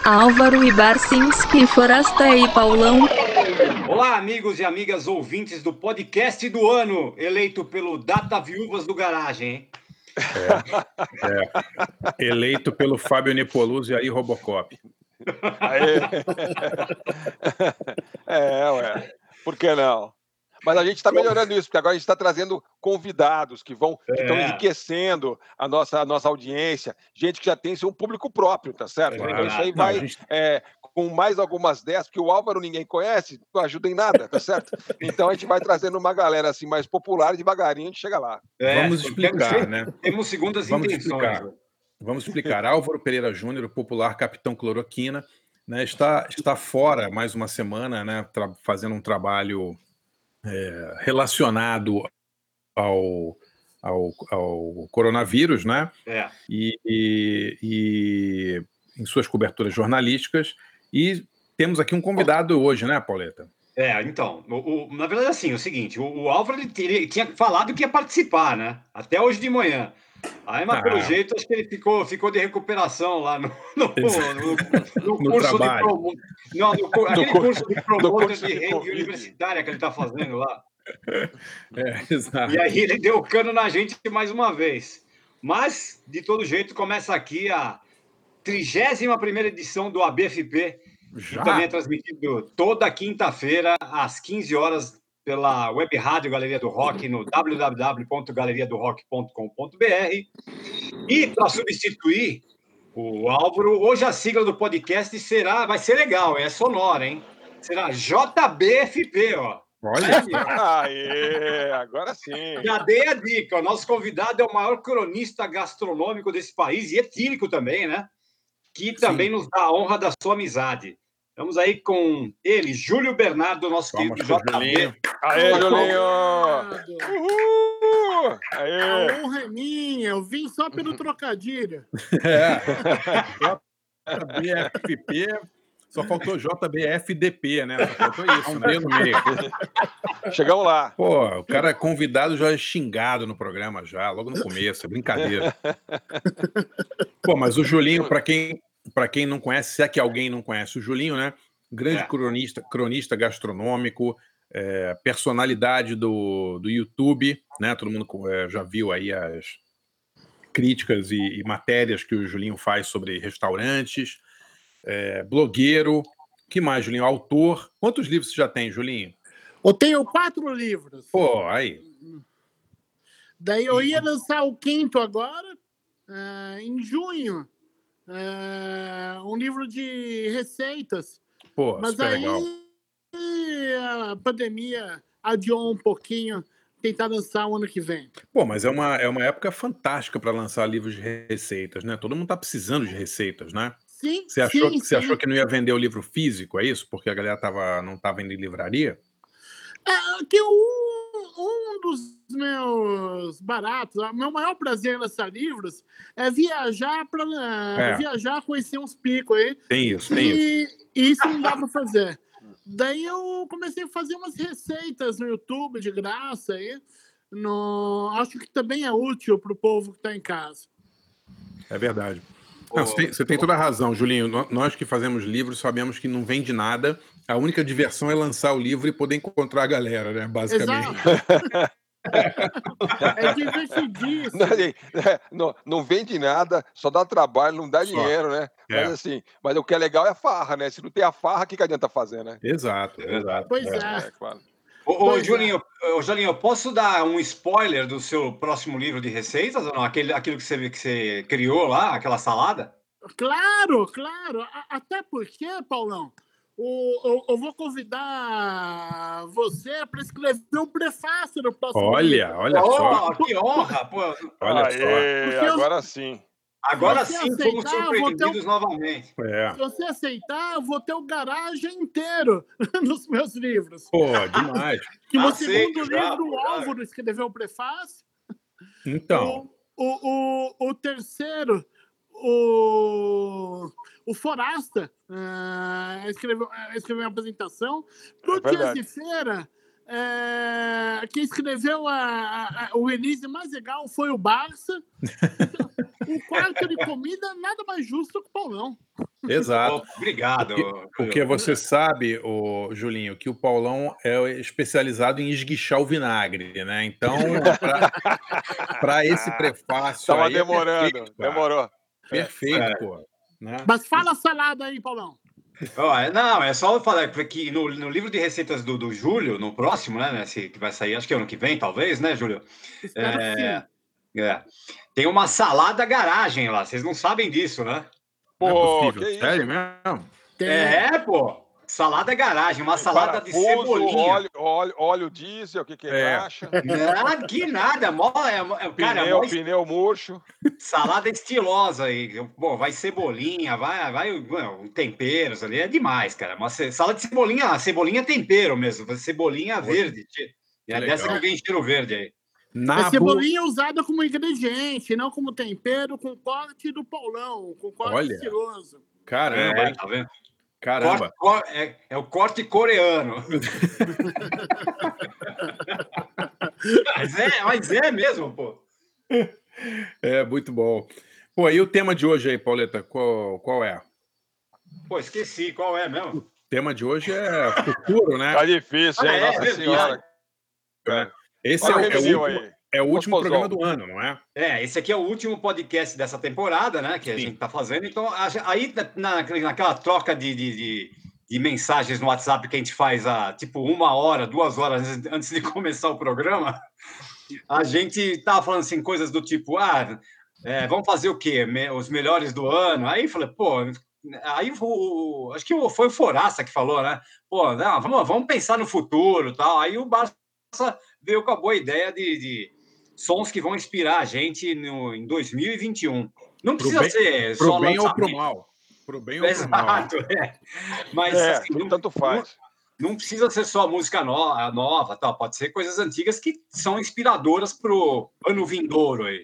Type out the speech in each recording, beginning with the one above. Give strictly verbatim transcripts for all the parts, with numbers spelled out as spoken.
Álvaro Ibarcinski, Forasta e Paulão. Olá, amigos e amigas ouvintes do podcast do ano, eleito pelo Data Viúvas do Garagem, hein? É, é. Eleito pelo Fábio Nepoluzzi e aí Robocop. Aê. É, ué. Por que não? Mas a gente está melhorando isso, porque agora a gente está trazendo convidados que vão, que estão É. enriquecendo a nossa, a nossa audiência, gente que já tem seu público próprio, tá certo? É Então verdade. isso aí Não, a vai gente- é, com mais algumas dez, porque o Álvaro ninguém conhece, não ajuda em nada, tá certo? Então a gente vai trazendo uma galera assim mais popular e devagarinho a gente chega lá. É, Vamos temos- explicar, né? Temos segundas Vamos intenções. explicar. Vamos explicar. Álvaro Pereira Júnior, o popular Capitão Cloroquina, né, está, está fora mais uma semana, né, tra- fazendo um trabalho é, relacionado ao, ao, ao coronavírus, né? É. E, e- e em suas coberturas jornalísticas. E temos aqui um convidado hoje, né, Pauleta? É, então, o, o- na verdade, assim, é o seguinte, o, o Álvaro ele, teria- tinha falado que ia participar, né? Até hoje de manhã. Aí, mas pelo Ah. jeito, acho que ele ficou, ficou de recuperação lá no, no, no, no No curso de trabalho. promo... Não, no, cu- aquele cu- curso de no promotor curso de de rede Covid. universitária que ele tá fazendo lá. É, exato. E aí ele deu cano na gente mais uma vez. Mas, de todo jeito, começa aqui a trigésima primeira edição do A B F P, que Já? também é transmitido toda quinta-feira, às quinze horas, pela web rádio Galeria do Rock, no w w w ponto galeria do rock ponto com ponto b r. E, para substituir o Álvaro, hoje a sigla do podcast será, vai ser legal, é sonora, hein? Será J B F P, ó. Olha, Aê, agora sim. Já dei a dica, o nosso convidado é o maior cronista gastronômico desse país e etílico também, né? Que também Sim. nos dá a honra da sua amizade. Estamos aí com ele, Júlio Bernardo, nosso Palmas querido pro J B. Julinho. Aê, Julinho! Obrigado. Uhul! A Aê! honra é minha, eu vim só pelo trocadilho. É. J B F P, só faltou J B F D P, né? Só faltou isso, né? No meio. Chegamos lá. Pô, o cara convidado já é xingado no programa já, logo no começo, é brincadeira. Pô, mas o Julinho, para quem, para quem não conhece, se é que alguém não conhece o Julinho, né? Grande É. cronista, cronista gastronômico, é, personalidade do, do YouTube, né? Todo mundo é, já viu aí as críticas e, e matérias que o Julinho faz sobre restaurantes, é, blogueiro. Que mais, Julinho? Autor. Quantos livros você já tem, Julinho? Eu tenho quatro livros. Pô, aí. Daí eu ia lançar o quinto agora, ah, em junho. Ah, um livro de receitas. Pô, Mas super aí legal. a pandemia adiou um pouquinho, tentar lançar o ano que vem. Pô, mas é uma, é uma época fantástica para lançar livros de receitas, né? Todo mundo tá precisando de receitas, né? Sim, Você achou, sim, você sim. achou que não ia vender o livro físico, é isso? Porque a galera tava, não tava indo em livraria? É, que um, um dos meus baratos, o meu maior prazer em lançar livros é viajar para É. viajar, conhecer uns picos aí. Tem isso, tem isso. E isso não dá para fazer. Daí eu comecei a fazer umas receitas no YouTube de graça aí. No, acho que também é útil para o povo que está em casa. É verdade. Não, você, tem, você tem toda a razão, Julinho. No- Nós que fazemos livros sabemos que não vende nada. A única diversão é lançar o livro e poder encontrar a galera, né? Basicamente. Exato. É divertidíssimo. Não, assim, é, não, não vende nada, só dá trabalho, não dá Só. dinheiro, né? É. Mas assim, mas o que é legal é a farra, né? Se não tem a farra, o que, que adianta fazer, né? Exato, exato. Pois É. é. É, claro. Ô, ô, Pois é. Julinho, ô, Julinho, eu posso dar um spoiler do seu próximo livro de receitas ou não? Aquele, aquilo que você, que você criou lá, aquela salada? Claro, claro. A- Até porque, Paulão, o, eu, eu vou convidar você para escrever um prefácio no próximo Olha, livro. olha só. Oh, que honra! Pô. Olha só. Aê, Porque eu- agora sim. Agora Se sim você fomos aceitar, eu vou ter um- surpreendidos novamente. É. Se você aceitar, eu vou ter o garagem inteiro nos meus livros. Pô, demais. Que no Aceito, segundo já, livro, o já. Álvaro escreveu o prefácio. Então, O, o, o, o terceiro, o, o Forasta, ah, escreveu, ah, escreveu uma apresentação. Pro É Dias verdade. de Feira, É, quem escreveu a, a, a, o release mais legal foi o Barça. Então, o quarto de comida, nada mais justo que o Paulão. Exato. Oh, obrigado. Porque, porque você sabe, o Julinho, que o Paulão é especializado em esguichar o vinagre, né? Então, para esse prefácio Tava aí, demorando, é perfeito, demorou. Perfeito, É. pô. Né? Mas fala a salada aí, Paulão. Oh, é, não, é só eu falar que no, no livro de receitas do, do Júlio, no próximo, né, nesse, que vai sair, acho que ano que vem, talvez, né, Júlio? Espero É, que sim. é. Tem uma salada garagem lá, vocês não sabem disso, né? Não é Pô, possível. que Sério isso? mesmo? Tem. É, pô. Salada garagem, uma salada de Parafuso, cebolinha. óleo, óleo, óleo diesel, o que que É. encaixa? Não, que nada, mó, é, mó- é, cara, Pneu, mó pneu murcho. salada estilosa aí. Bom, vai cebolinha, vai, vai mano, temperos ali, é demais, cara. Uma ce- salada de cebolinha, cebolinha é tempero mesmo, cebolinha Poxa, verde. que É dessa que legal. vem cheiro verde aí. É Nabo, cebolinha usada como ingrediente, não como tempero, com corte do Paulão, com corte Olha. estiloso. caramba, É, hein? tá vendo? Caramba. Corte- cor- é, é o corte coreano. Mas é, mas é mesmo, pô. É, muito bom. Pô, e o tema de hoje aí, Pauleta, qual, qual é? Pô, esqueci, qual é mesmo? O tema de hoje é futuro, né? Tá difícil, Ah, hein? é, Nossa verdade. senhora. É. Esse Olha é o o, é o review último, aí. é o último Gostosão. programa do ano, não é? É, esse aqui é o último podcast dessa temporada, né? Que a Sim. gente tá fazendo. Então, a- aí na, naquela troca de, de, de, de mensagens no WhatsApp que a gente faz a tipo uma hora, duas horas antes- antes de começar o programa, a gente tava falando assim, coisas do tipo, ah, é, vamos fazer o quê? Me- os melhores do ano. Aí eu falei, pô, aí o, acho que foi o Foraça que falou, né? Pô, não, vamos, vamos pensar no futuro, tal. Aí o Barça veio com a boa ideia de, de sons que vão inspirar a gente no, em dois mil e vinte e um. Não Pro precisa bem, ser pro só bem ou pro lançamento. mal. Pro bem ou pro mal. Exato, é. Mas É, assim, não, tanto faz. não, não precisa ser só música no, nova, tal. Pode ser coisas antigas que são inspiradoras pro ano vindouro aí.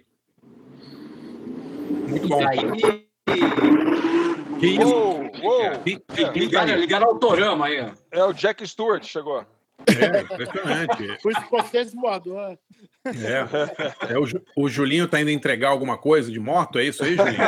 Muito E bom. aí, Que isso? Uou, uou. Quem, É, quem tá ligaram, aí? ligaram ao Torama aí. ó. é o Jack Stewart chegou. É, impressionante. O escocês voador. É. É, o, Ju- o Julinho tá indo entregar alguma coisa de moto? É isso aí, Julinho?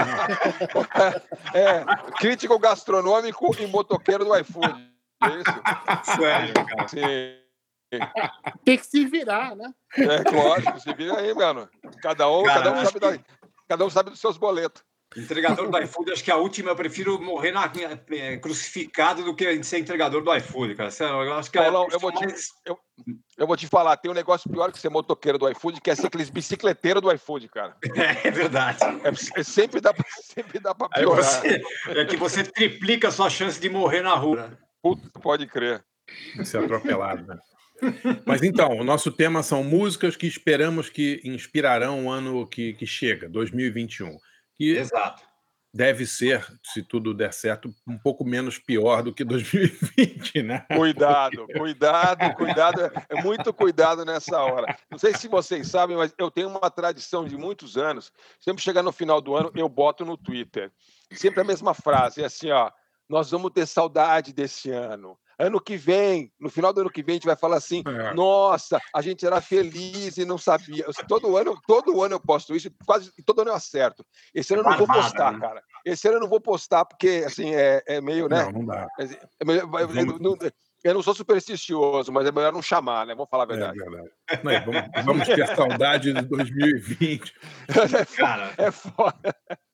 Não. É, crítico gastronômico e motoqueiro do iFood. É isso? Sério, cara. Sim. Tem que se virar, né? É, lógico, se vira aí, mano. Cada um, Cara, cada um, acho sabe, da- cada um sabe dos seus boletos. Entregador do iFood, acho que a última eu prefiro morrer na, é, crucificado do que ser entregador do iFood, cara. Sério, eu acho que Paulão, é eu vou te- mais... Eu vou te falar, tem um negócio pior que ser motoqueiro do iFood, que é ser aqueles bicicleteiros do iFood, cara. É, é verdade. É, é- sempre, dá pra, sempre dá pra Aí piorar. você, é que você triplica a sua chance de morrer na rua. Puta, pode crer. Ser atropelado, né? Mas então, o nosso tema são músicas que esperamos que inspirarão o ano que, que chega, dois mil e vinte e um. Que Exato. deve ser, se tudo der certo, um pouco menos pior do que dois mil e vinte, né? Cuidado, cuidado, cuidado. É- É muito cuidado nessa hora. Não sei se vocês sabem, mas eu tenho uma tradição de muitos anos. Sempre chegar no final do ano, eu boto no Twitter. Sempre a mesma frase, é assim, ó. Nós vamos ter saudade desse ano. Ano que vem, no final do ano que vem, a gente vai falar assim: É. nossa, a gente era feliz e não sabia. Eu- todo ano, todo ano eu posto isso, quase todo ano eu acerto. Esse ano eu não vou Barbada, postar, né? cara. Esse ano eu não vou postar, porque assim, é, é meio, né? Não, não dá. É melhor- eu, não, eu não sou supersticioso, mas é melhor não chamar, né? Vamos falar a É verdade. verdade. Não, e vamos, vamos ter saudade de dois mil e vinte. Cara, É foda.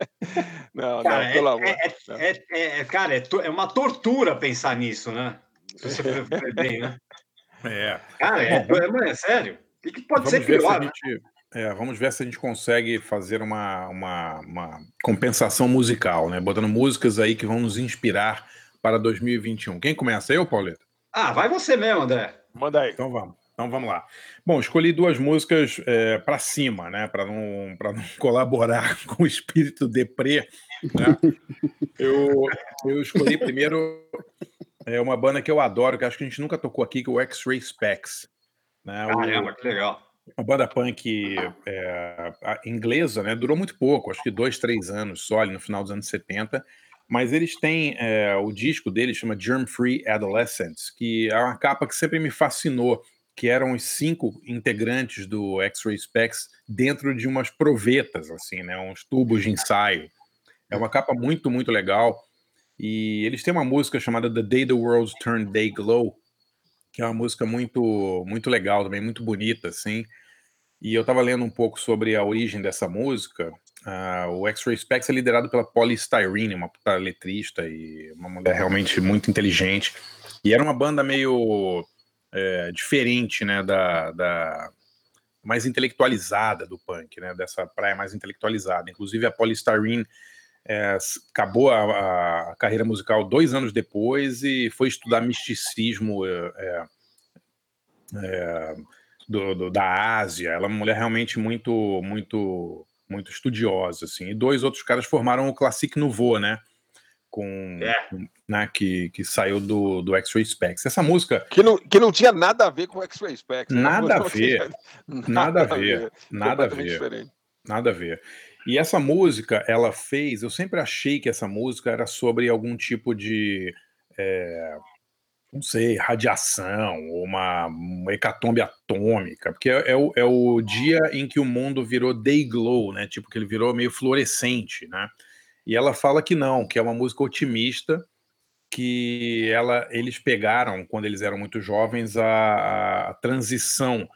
Não, cara, não, é, pelo amor. é, é, é- é- cara, é, to- é uma tortura pensar nisso, né? Se você for ver bem, né? É. Cara, é, é, é sério. O que, que pode ser Vamos ver, se a pior, né? gente, é, vamos ver se a gente consegue fazer uma, uma, uma compensação musical, né? Botando músicas aí que vão nos inspirar para dois mil e vinte e um. Quem começa? Eu, Pauleta? Ah, vai você mesmo, André. Manda aí. Então vamos. Então vamos lá. Bom, escolhi duas músicas é, para cima, né? Para não, para não colaborar com o espírito deprê, né? Eu, eu escolhi primeiro é, uma banda que eu adoro, que acho que a gente nunca tocou aqui, que é o X-Ray Spex. Né? O- Caramba, que legal. uma banda punk é, a- inglesa, né? Durou muito pouco, acho que dois, três anos só, ali no final dos anos setenta. Mas eles têm é, o disco deles chama Germ Free Adolescents, que é uma capa que sempre me fascinou. que eram os cinco integrantes do X-Ray Spex dentro de umas provetas, assim, né? Uns tubos de ensaio. É uma capa muito, muito legal. E eles têm uma música chamada The Day the World Turned Day Glow, que é uma música muito, muito legal também, muito bonita, assim. E eu estava lendo um pouco sobre a origem dessa música. Uh, o X-Ray Spex é liderado pela Poly Styrene, uma puta letrista e uma mulher realmente muito inteligente. E era uma banda meio é, diferente, né, da, da mais intelectualizada do punk, né, dessa praia mais intelectualizada. Inclusive a Poly Styrene é, acabou a, a carreira musical dois anos depois e foi estudar misticismo é, é, do, do, da Ásia. Ela é uma mulher realmente muito, muito, muito estudiosa, assim. E dois outros caras formaram o Classique Nouveau, né? Com, é. né, que, que saiu do, do X-Ray Spex. Essa música... Que não, que não tinha nada a ver com o X-Ray Spex. Nada, a ver, nada, nada a ver. Nada a ver. Diferente. Nada a ver. E essa música, ela fez... Eu sempre achei que essa música era sobre algum tipo de... É, não sei, radiação, ou uma, uma hecatombe atômica, porque é, é, o, é o dia em que o mundo virou day glow, né? Tipo, que ele virou meio fluorescente, né? E ela fala que não, que é uma música otimista, que ela, eles pegaram, quando eles eram muito jovens, a, a transição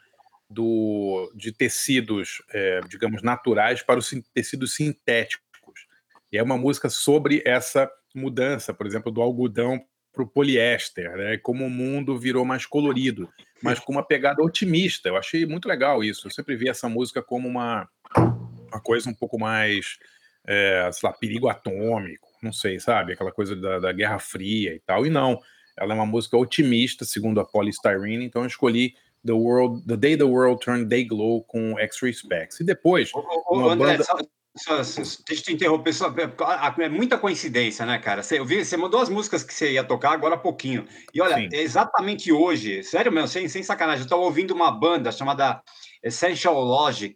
do, de tecidos, é, digamos, naturais para os tecidos sintéticos. E é uma música sobre essa mudança, por exemplo, do algodão para o poliéster, né? Como o mundo virou mais colorido, mas com uma pegada otimista. Eu achei muito legal isso. Eu sempre vi essa música como uma, uma coisa um pouco mais, é, sei lá, perigo atômico, não sei, sabe? Aquela coisa da, da Guerra Fria e tal. E não, ela é uma música otimista, segundo a Poly Styrene, então eu escolhi The, World, The Day the World Turned Day Glow com X-Ray Spex. E depois, ô, ô, uma André, banda... só, só, só, deixa eu te interromper, só, é muita coincidência, né, cara? Você, eu vi, você mandou as músicas que você ia tocar agora há pouquinho. E olha, Sim. exatamente hoje, sério mesmo, sem, sem sacanagem, eu estava ouvindo uma banda chamada Essential Logic,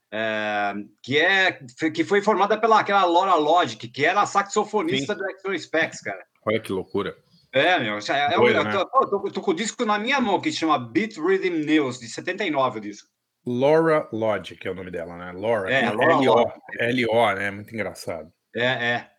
é, que, é, que foi formada pela aquela Laura Logic, que era a saxofonista Sim. do X-Ray Spex, cara. Olha que loucura. É, meu, é, é, Doido, eu, né? tô, tô, tô, tô com o disco na minha mão, que se chama Beat Rhythm News, de setenta e nove o disco. Laura Logic é o nome dela, né? Laura, é, L O, L O, né? Muito engraçado. É, é.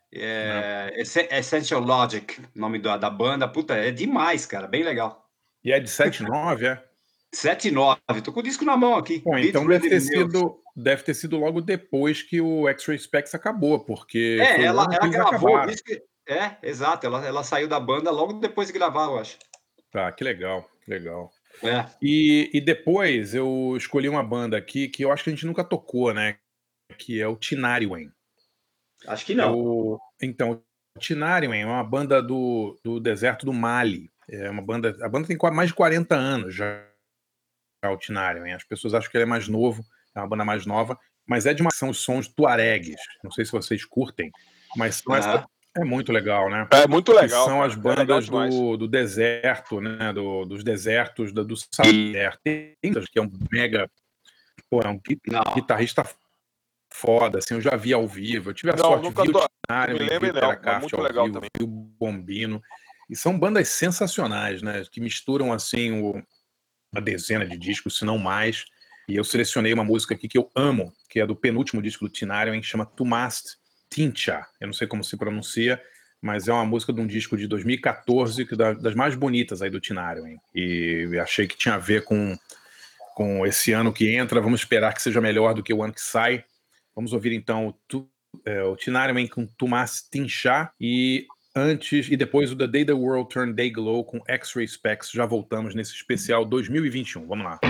é, é Essential Logic, nome da, da banda. Puta, é demais, cara, bem legal. E é de setenta e nove, é? setenta e nove, tô com o disco na mão aqui. Bom, então deve ter, sido, deve ter sido logo depois que o X-Ray Spex acabou, porque... É, foi ela, ela gravou o disco. É, exato, ela, ela saiu da banda logo depois de gravar, eu acho. Tá, que legal, que legal. É. E, e depois eu escolhi uma banda aqui que eu acho que a gente nunca tocou, né? Que é o Tinariwen. Acho que não. Eu, então, o Tinariwen é uma banda do, do deserto do Mali. É uma banda, a banda tem mais de quarenta anos já, já o Tinariwen. As pessoas acham que ele é mais novo, é uma banda mais nova, mas é de uma são os sons tuaregues. Não sei se vocês curtem, mas são Uhum. essa, é muito legal, né? É muito legal. Que são cara. as bandas é do, do deserto, né? Do, dos desertos, do, do Saber. Tem que é um mega, pô, é um guitarrista foda, assim, eu já vi ao vivo, eu tive a não, sorte de ver tô... o Tinário, me lembro, não, é muito legal vivo, também. Vi o Bombino, e são bandas sensacionais, né, que misturam, assim, o, uma dezena de discos, se não mais, e eu selecionei uma música aqui que eu amo, que é do penúltimo disco do Tinário, que chama Tumast Tincha, eu não sei como se pronuncia, mas é uma música de um disco de dois mil e quatorze, que é das mais bonitas aí do Tinário, hein? E achei que tinha a ver com, com esse ano que entra, vamos esperar que seja melhor do que o ano que sai. Vamos ouvir então o, tu, é, o Tinariwen com Tumast Tincha e antes e depois o The Day the World Turned Day Glow com X-Ray Spex. Já voltamos nesse especial dois mil e vinte e um. Vamos lá.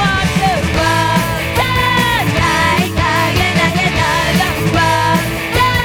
Bye.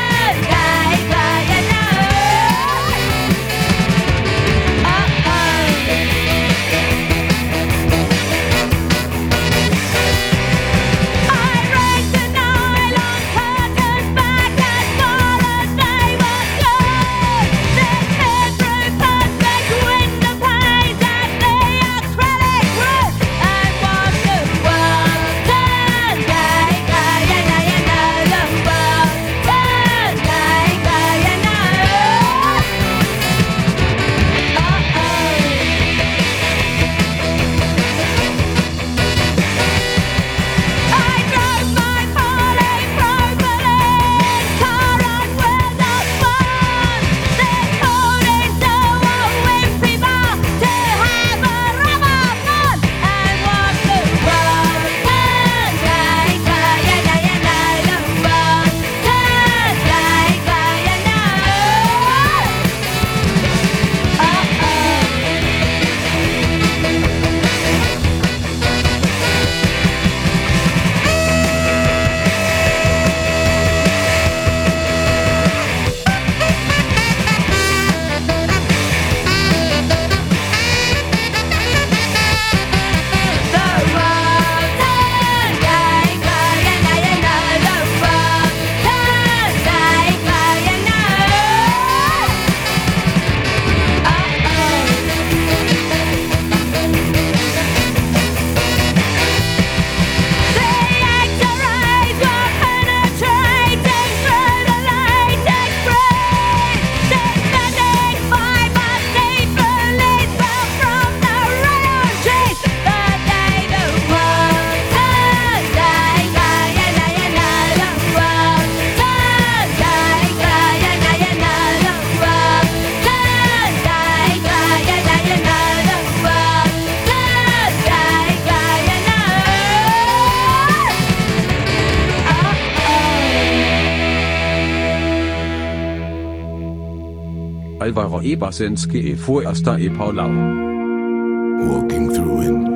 Alvaro E. Basinski E. Forrester E. Paulau. Walking through wind.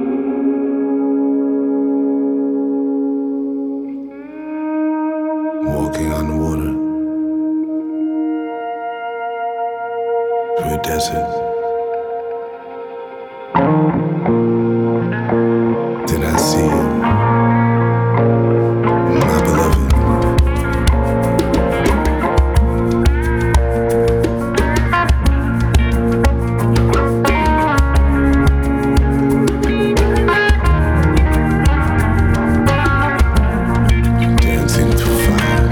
Walking on water. Through a desert. Then I see you, my beloved. Dancing through fire.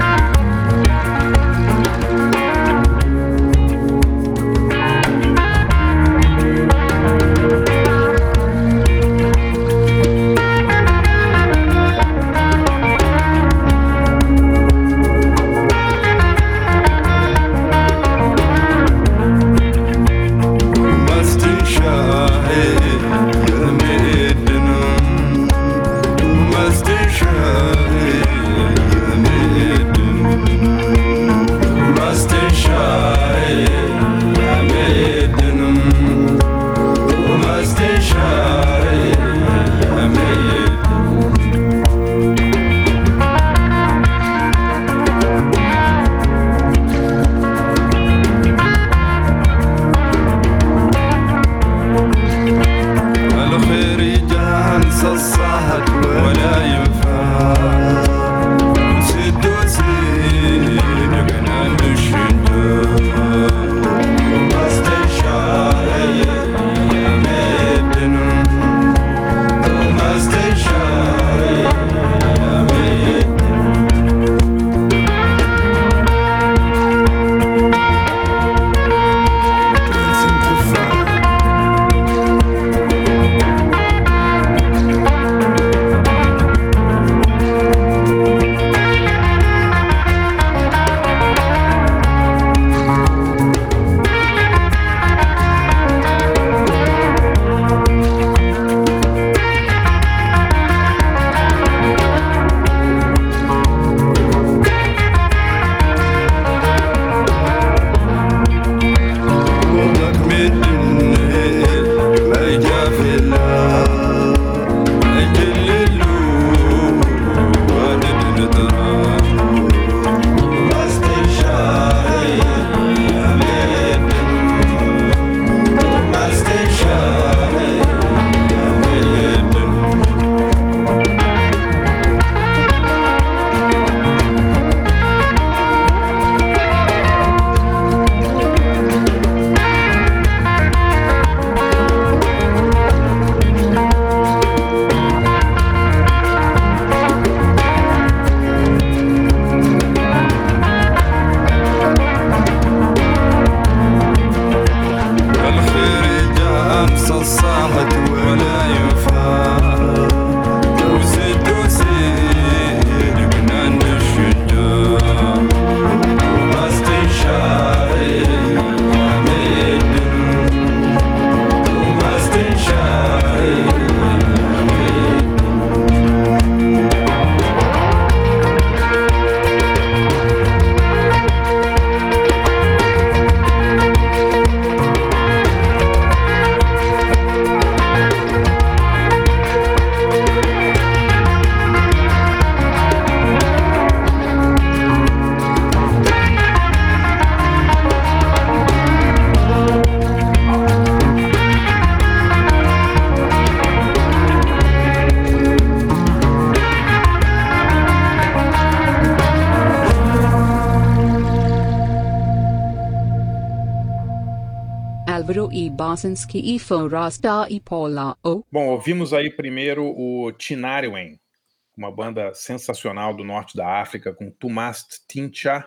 Álvaro E. Basinski E. Forrester E. Paulau. Bom, ouvimos aí primeiro o Tinariwen, uma banda sensacional do norte da África, com Tumast Tincha,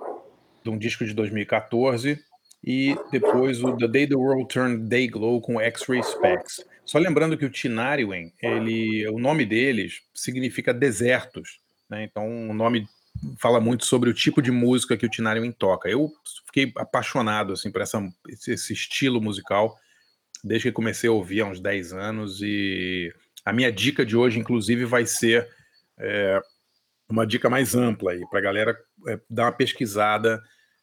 de um disco de dois mil e quatorze, e depois o The Day the World Turned Day Glow com X-Ray Specs. Só lembrando que o Tinariwen, ele, o nome deles significa desertos, né? Então o nome fala muito sobre o tipo de música que o Tinariwen toca. Eu fiquei apaixonado assim, por essa, esse estilo musical desde que comecei a ouvir há uns dez anos, e a minha dica de hoje, inclusive, vai ser é, uma dica mais ampla aí, para a galera é, dar uma pesquisada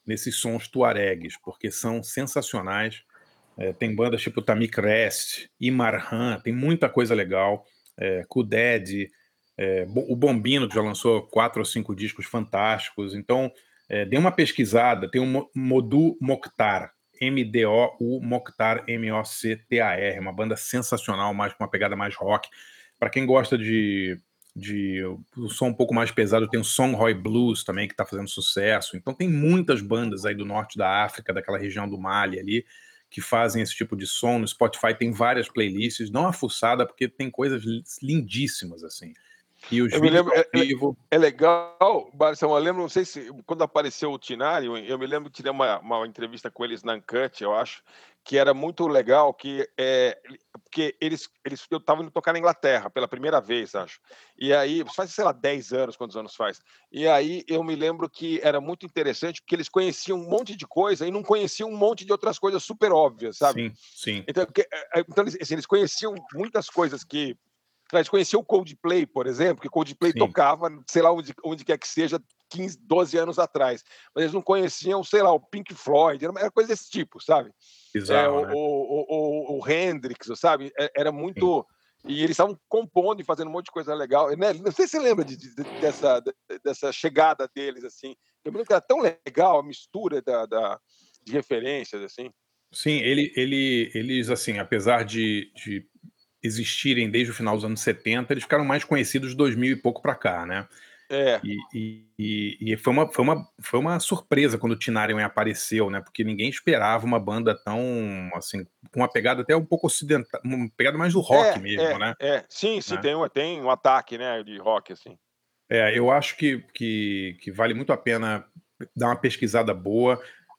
nesses sons tuaregues, porque são sensacionais. É, tem bandas tipo Tamik Rest, Imarhan, tem muita coisa legal. É, Kuded, é, o Bombino, que já lançou quatro ou cinco discos fantásticos. Então, é, dê uma pesquisada. Tem o Modu Mokhtar, M D O U Mokhtar, M O C T A R, uma banda sensacional, mais com uma pegada mais rock. Para quem gosta de, de um som um pouco mais pesado, tem o Songhai Blues também, que está fazendo sucesso. Então tem muitas bandas aí do norte da África, daquela região do Mali ali, que fazem esse tipo de som. No Spotify tem várias playlists, não a fuçada, porque tem coisas lindíssimas, assim. E os Eu me vídeos lembro, ao é, vivo... é legal, Barcelona, eu lembro, não sei se quando apareceu o Tinário, eu me lembro que tirei uma, uma entrevista com eles na Uncut, eu acho, que era muito legal, que é, porque eles, eles eu estava indo tocar na Inglaterra pela primeira vez, acho. E aí, faz, sei lá, dez anos, quantos anos faz? E aí eu me lembro que era muito interessante, porque eles conheciam um monte de coisa e não conheciam um monte de outras coisas super óbvias, sabe? Sim, sim. Então, porque, então eles, assim, eles conheciam muitas coisas que eles conheciam o Coldplay, por exemplo, que Coldplay Sim. tocava, sei lá, onde, onde quer que seja, quinze, doze anos atrás. Mas eles não conheciam, sei lá, o Pink Floyd, era, era coisa desse tipo, sabe? É, Bizarro, o, né? o, o, o Hendrix, sabe? É, Era muito... E eles estavam compondo e fazendo um monte de coisa legal. Né? Não sei se você lembra de, de, dessa, dessa chegada deles, assim. Eu me lembro que era tão legal a mistura da, da, de referências, assim. Sim, ele, ele, eles, assim, apesar de, de existirem desde o final dos anos setenta, eles ficaram mais conhecidos de dois mil e pouco para cá, né? É. E, e, e, e foi, uma, foi, uma, foi uma surpresa quando o Tinariwen apareceu, né? Porque ninguém esperava uma banda tão, assim, com uma pegada até um pouco ocidental, uma pegada mais do rock é, mesmo, é, né? É, sim, sim, né? tem, um, tem um ataque, né, de rock, assim. É, eu acho que, que, que vale muito a pena dar uma pesquisada boa.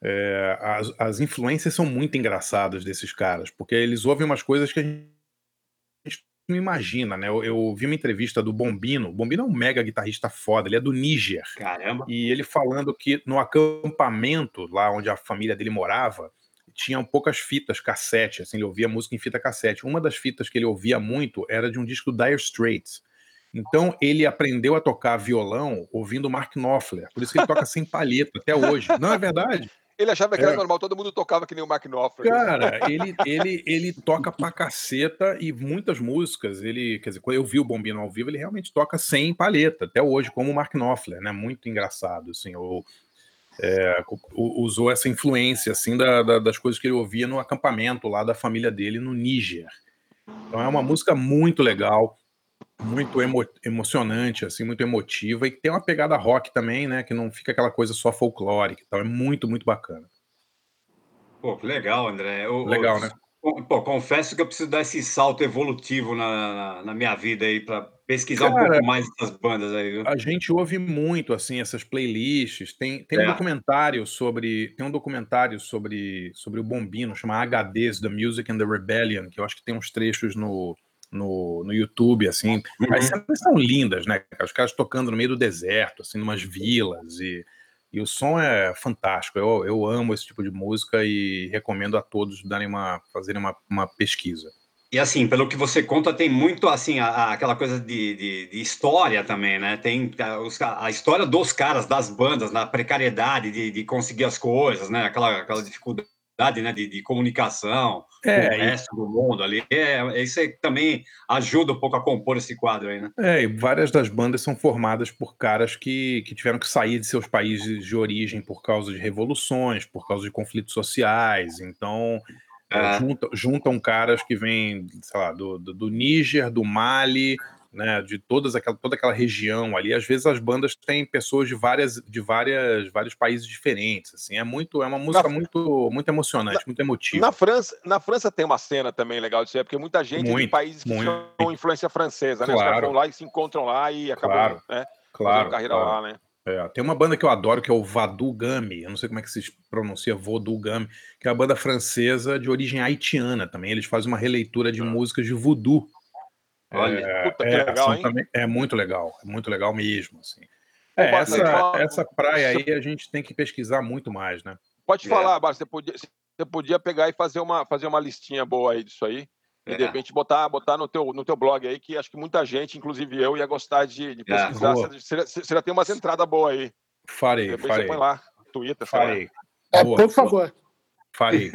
É, as, as influências são muito engraçadas desses caras, porque eles ouvem umas coisas que a gente não imagina, né? Eu, eu vi uma entrevista do Bombino. O Bombino é um mega guitarrista foda, ele é do Níger. Caramba. E ele falando que no acampamento, lá onde a família dele morava, tinham poucas fitas cassete, assim, ele ouvia música em fita cassete. Uma das fitas que ele ouvia muito era de um disco do Dire Straits. Então ele aprendeu a tocar violão ouvindo Mark Knopfler, por isso que ele toca sem palheta até hoje. Não é verdade? Ele achava que É. era normal, todo mundo tocava que nem o Mark Knopfler. Cara, ele, ele, ele toca pra caceta e muitas músicas, ele, quer dizer, quando eu vi o Bombino ao vivo, ele realmente toca sem palheta, até hoje, como o Mark Knopfler, né? Muito engraçado, assim, ou, é, usou essa influência, assim, da, da, das coisas que ele ouvia no acampamento lá da família dele no Níger. Então é uma música muito legal, muito emo, emocionante, assim, muito emotiva, e que tem uma pegada rock também, né? Que não fica aquela coisa só folclórica, então é muito, muito bacana. Pô, que legal, André. Eu, Legal, eu, né? pô, confesso que eu preciso dar esse salto evolutivo na, na, na minha vida aí para pesquisar um Cara, pouco mais dessas bandas aí, viu? a gente ouve muito, assim, essas playlists. Tem, tem um É. documentário sobre, tem um documentário sobre, sobre o Bombino, chama H Ds, The Music and the Rebellion, que eu acho que tem uns trechos no, no, no YouTube, assim. Uhum. As cenas são lindas, né? Os caras tocando no meio do deserto, assim, numas vilas, e, e o som é fantástico. Eu, eu amo esse tipo de música e recomendo a todos darem uma, fazerem uma, uma pesquisa. E assim, pelo que você conta, tem muito assim a, a, aquela coisa de, de, de história também, né? Tem a, os, a história dos caras, das bandas, na precariedade de, de conseguir as coisas, né? Aquela, aquela dificuldade, né? de, de comunicação É, com o e- resto do mundo ali. É, isso aí também ajuda um pouco a compor esse quadro aí, né? É, e várias das bandas são formadas por caras que, que tiveram que sair de seus países de origem por causa de revoluções, por causa de conflitos sociais. Então, é, É. junta- juntam caras que vêm, sei lá, do, do, do Níger, do Mali, né, de todas aquela, toda aquela região ali. Às vezes as bandas têm pessoas de várias, de várias, vários países diferentes. Assim, é muito, é uma música Na- muito, muito emocionante, muito emotiva. Na França, na França tem uma cena também legal disso aí, porque muita gente é de Muito, países que muito. são influência francesa, né? Os caras Claro. vão lá e se encontram lá e acabam, Claro, né, Claro, fazendo carreira claro. lá, né? É, tem uma banda que eu adoro, que é o Vadu Gami, eu não sei como é que se pronuncia, Voodoo Gami, que é uma banda francesa de origem haitiana também. Eles fazem uma releitura de músicas de voodoo. Olha, Puta, que É, legal, são hein? também, é muito legal, é muito legal mesmo. Assim. Ô, É, Barça, essa, fala- essa praia você aí a gente tem que pesquisar muito mais, né? pode É. falar, Barça, você podia, você podia pegar e fazer uma, fazer uma listinha boa aí disso aí. E É. de repente botar, botar no, teu, no teu blog aí, que acho que muita gente, inclusive eu, ia gostar de, de pesquisar. Boa. Você, você, você já tem umas entradas boas aí. De Farei, repente você farei. põe lá. Twitter. Falei. É, Boa, por boa. favor. Falei.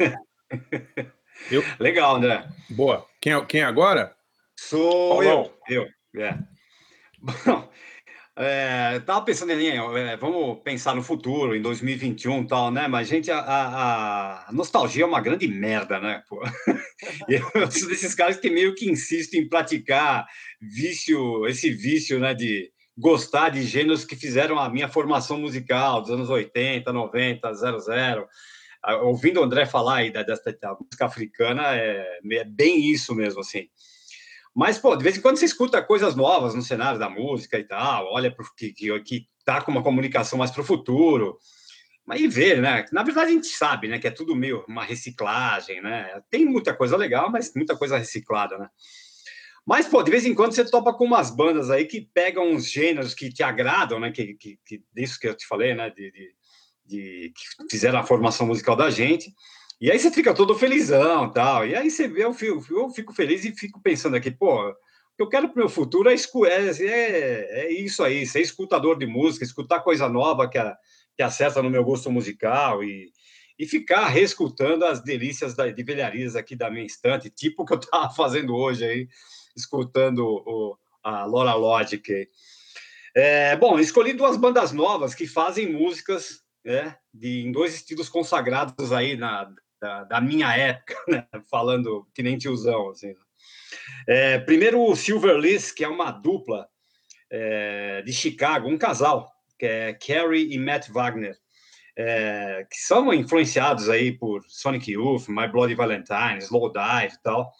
Eu... Legal, André. Boa. Quem, é- quem é agora? Sou Paulão. eu. Eu, é. Bom, é, tava pensando em, é, vamos pensar no futuro, em dois mil e vinte e um e tal, né? Mas, gente, a, a- a nostalgia é uma grande merda, né? Pô? E eu sou desses caras que meio que insistem em praticar vício, esse vício, né? De gostar de gêneros que fizeram a minha formação musical dos anos oitenta, noventa, zero zero. Ah, ouvindo o André falar aí da, dessa da música africana, é, é bem isso mesmo, assim. Mas, pô, de vez em quando você escuta coisas novas no cenário da música e tal, olha pro, que, que, que tá com uma comunicação mais para o futuro, mas e vê, né? Na verdade, a gente sabe, né, que é tudo meio uma reciclagem, né? Tem muita coisa legal, mas muita coisa reciclada, né? Mas, pô, de vez em quando você topa com umas bandas aí que pegam uns gêneros que te agradam, né? Que, que, que disso que eu te falei, né? De, de, de, que fizeram a formação musical da gente. E aí você fica todo felizão e tal. E aí você vê, eu fico, eu fico feliz e fico pensando aqui, pô, o que eu quero para o meu futuro é, escu- é, é, é isso aí, ser escutador de música, escutar coisa nova que, a, que acerta no meu gosto musical e, e ficar reescutando as delícias da, de velharias aqui da minha estante, tipo o que eu estava fazendo hoje aí, escutando o, a Laura Logic aí. É, bom, escolhi duas bandas novas que fazem músicas, né, de, em dois estilos consagrados aí na, da, da minha época, né, falando que nem tiozão, assim. É, primeiro o Silverless, que é uma dupla é, de Chicago, um casal, que é Carrie e Matt Wagner, é, que são influenciados aí por Sonic Youth, My Bloody Valentine, Slow Dive e tal.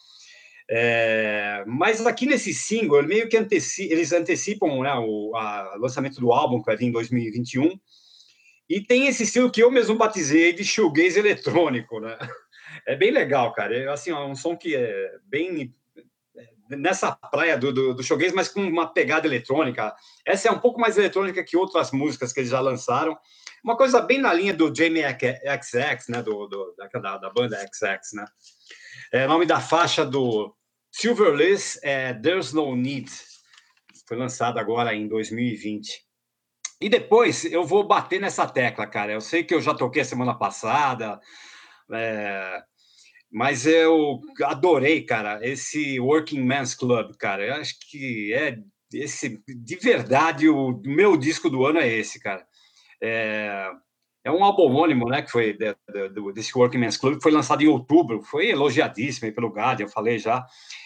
É, mas aqui nesse single, meio que anteci, eles antecipam, né, o a, lançamento do álbum, que vai vir em dois mil e vinte e um, e tem esse estilo que eu mesmo batizei de shoegaze eletrônico, né? É bem legal, cara. É, assim, é um som que é bem nessa praia do, do, do shoegaze, mas com uma pegada eletrônica. Essa é um pouco mais eletrônica que outras músicas que eles já lançaram. Uma coisa bem na linha do Jamie X X, né? Do, do, da, da banda X X, né? É, o nome da faixa do Silverless é There's No Need. Foi lançado agora em dois mil e vinte. E depois eu vou bater nessa tecla, cara. Eu sei que eu já toquei a semana passada, é, mas eu adorei, cara, esse Working Men's Club, cara. Eu acho que é esse, de verdade, o meu disco do ano é esse, cara. É, é um álbum homônimo, né, que foi de, de, desse Working Men's Club, que foi lançado em outubro, foi elogiadíssimo pelo Guardian, eu falei já.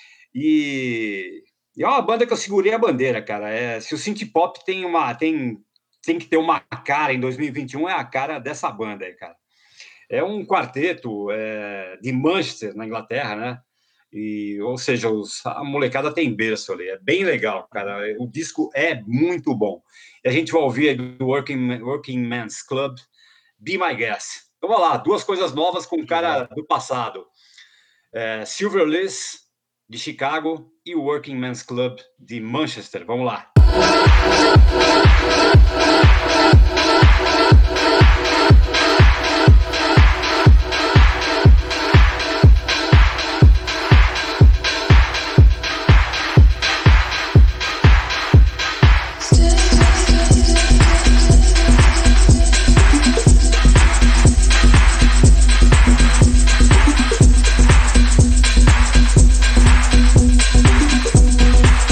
E, e é uma banda que eu segurei a bandeira, cara. É, se o synth pop tem uma tem tem que ter uma cara em dois mil e vinte e um, é a cara dessa banda aí, cara. É um quarteto é, de Manchester, na Inglaterra, né? E, ou seja, os, a molecada tem berço ali. É bem legal, cara. O disco é muito bom. E a gente vai ouvir aí do Working, Working Men's Club, Be My Guest. Então, vamos lá, duas coisas novas com o cara do passado. É, Silverless, de Chicago, e o Working Men's Club, de Manchester. Vamos lá.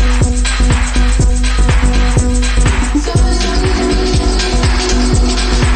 Thank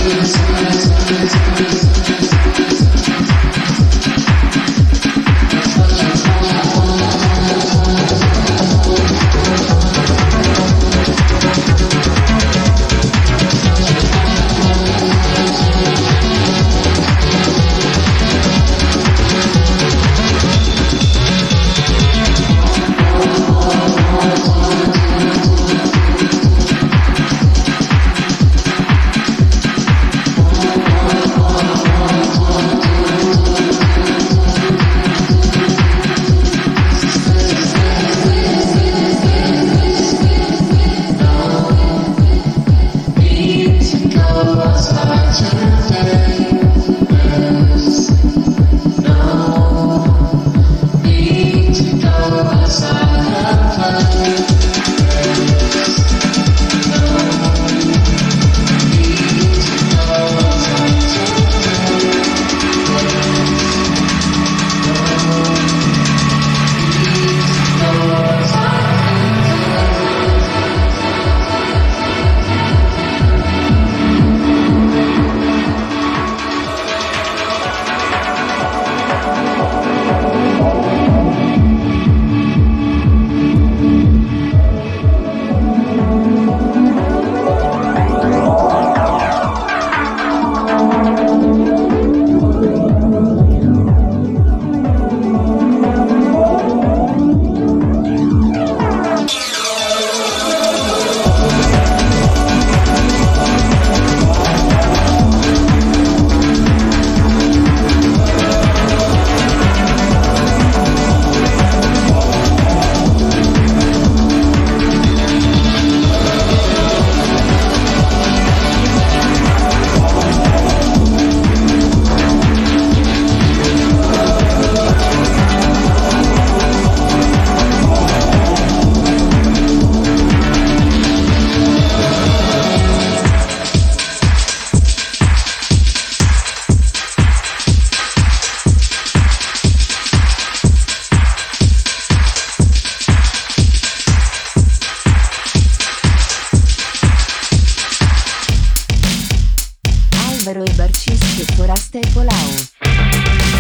Álvaro e Barcischi Forasta e Polau.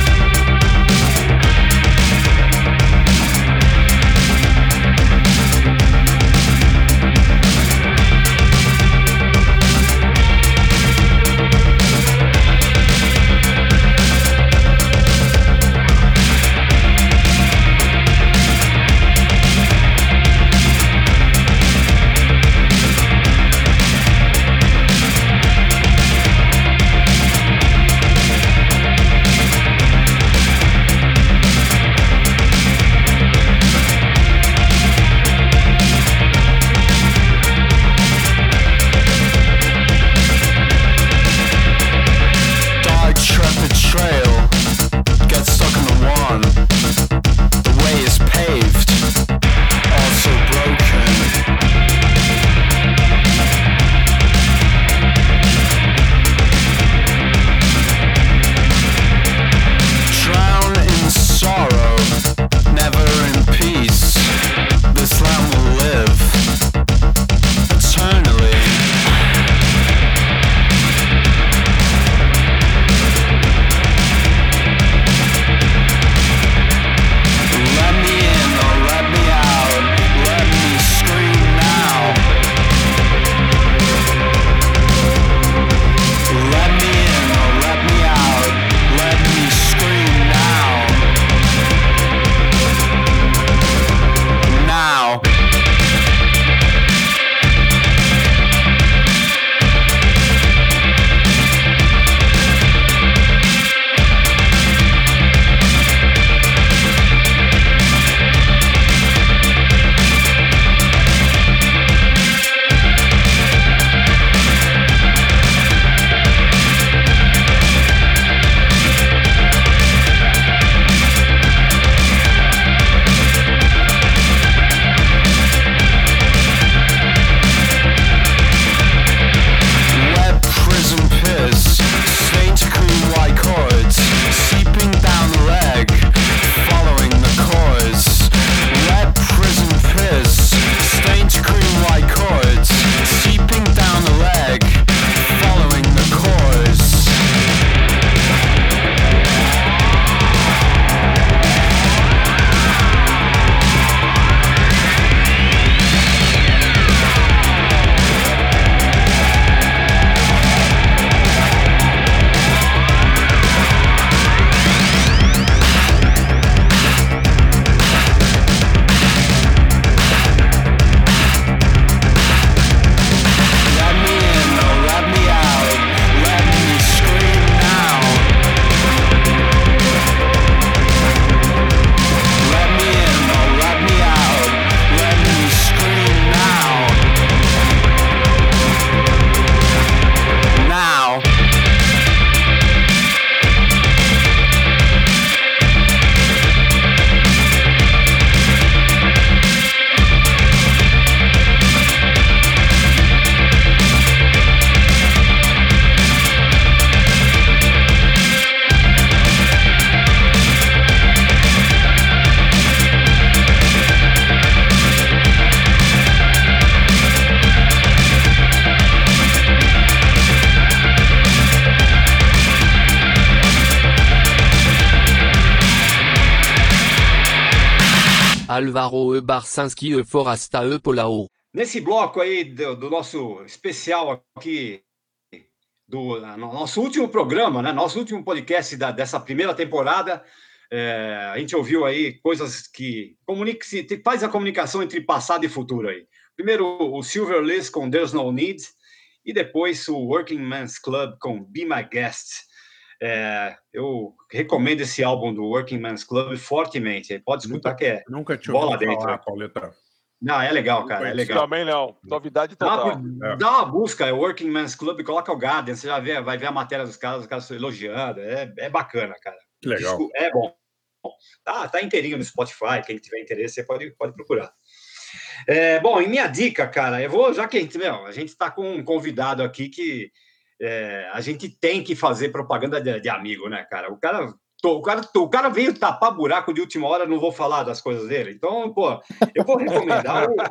Álvaro E. Barsanski E. Forasta E. Polau. Nesse bloco aí do, do nosso especial aqui, do no nosso último programa, né? Nosso último podcast da, dessa primeira temporada, é, a gente ouviu aí coisas que comunica, faz a comunicação entre passado e futuro aí. Primeiro o Silver List com There's No Need e depois o Working Man's Club com Be My Guest. É, eu recomendo esse álbum do Working Man's Club fortemente. Pode escutar Nunca, que é nunca tinha bola ouvido dentro. falar, Pauleta. Não, é legal, cara, é legal. Também não. Novidade Dá total. uma, dá uma busca, é Working Man's Club, coloca o Guardian, você já vê, vai ver a matéria dos caras, os caras elogiando, é, é bacana, cara. Que legal. Disco, é bom. Tá, tá inteirinho no Spotify, quem tiver interesse, você pode, pode procurar. É, bom, e minha dica, cara, eu vou, já que a gente, meu, a gente tá com um convidado aqui que é, a gente tem que fazer propaganda de, de amigo, né, cara? O cara... O cara, o cara veio tapar buraco de última hora, não vou falar das coisas dele. Então, pô, eu vou recomendar o...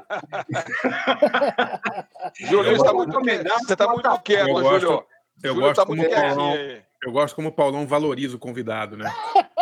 Júlio, você tá muito, você tá muito quieto, eu Júlio. gosto, eu, Júlio gosto tá como muito o Paulão, quietinho aí. eu gosto como o Paulão valoriza o convidado, né?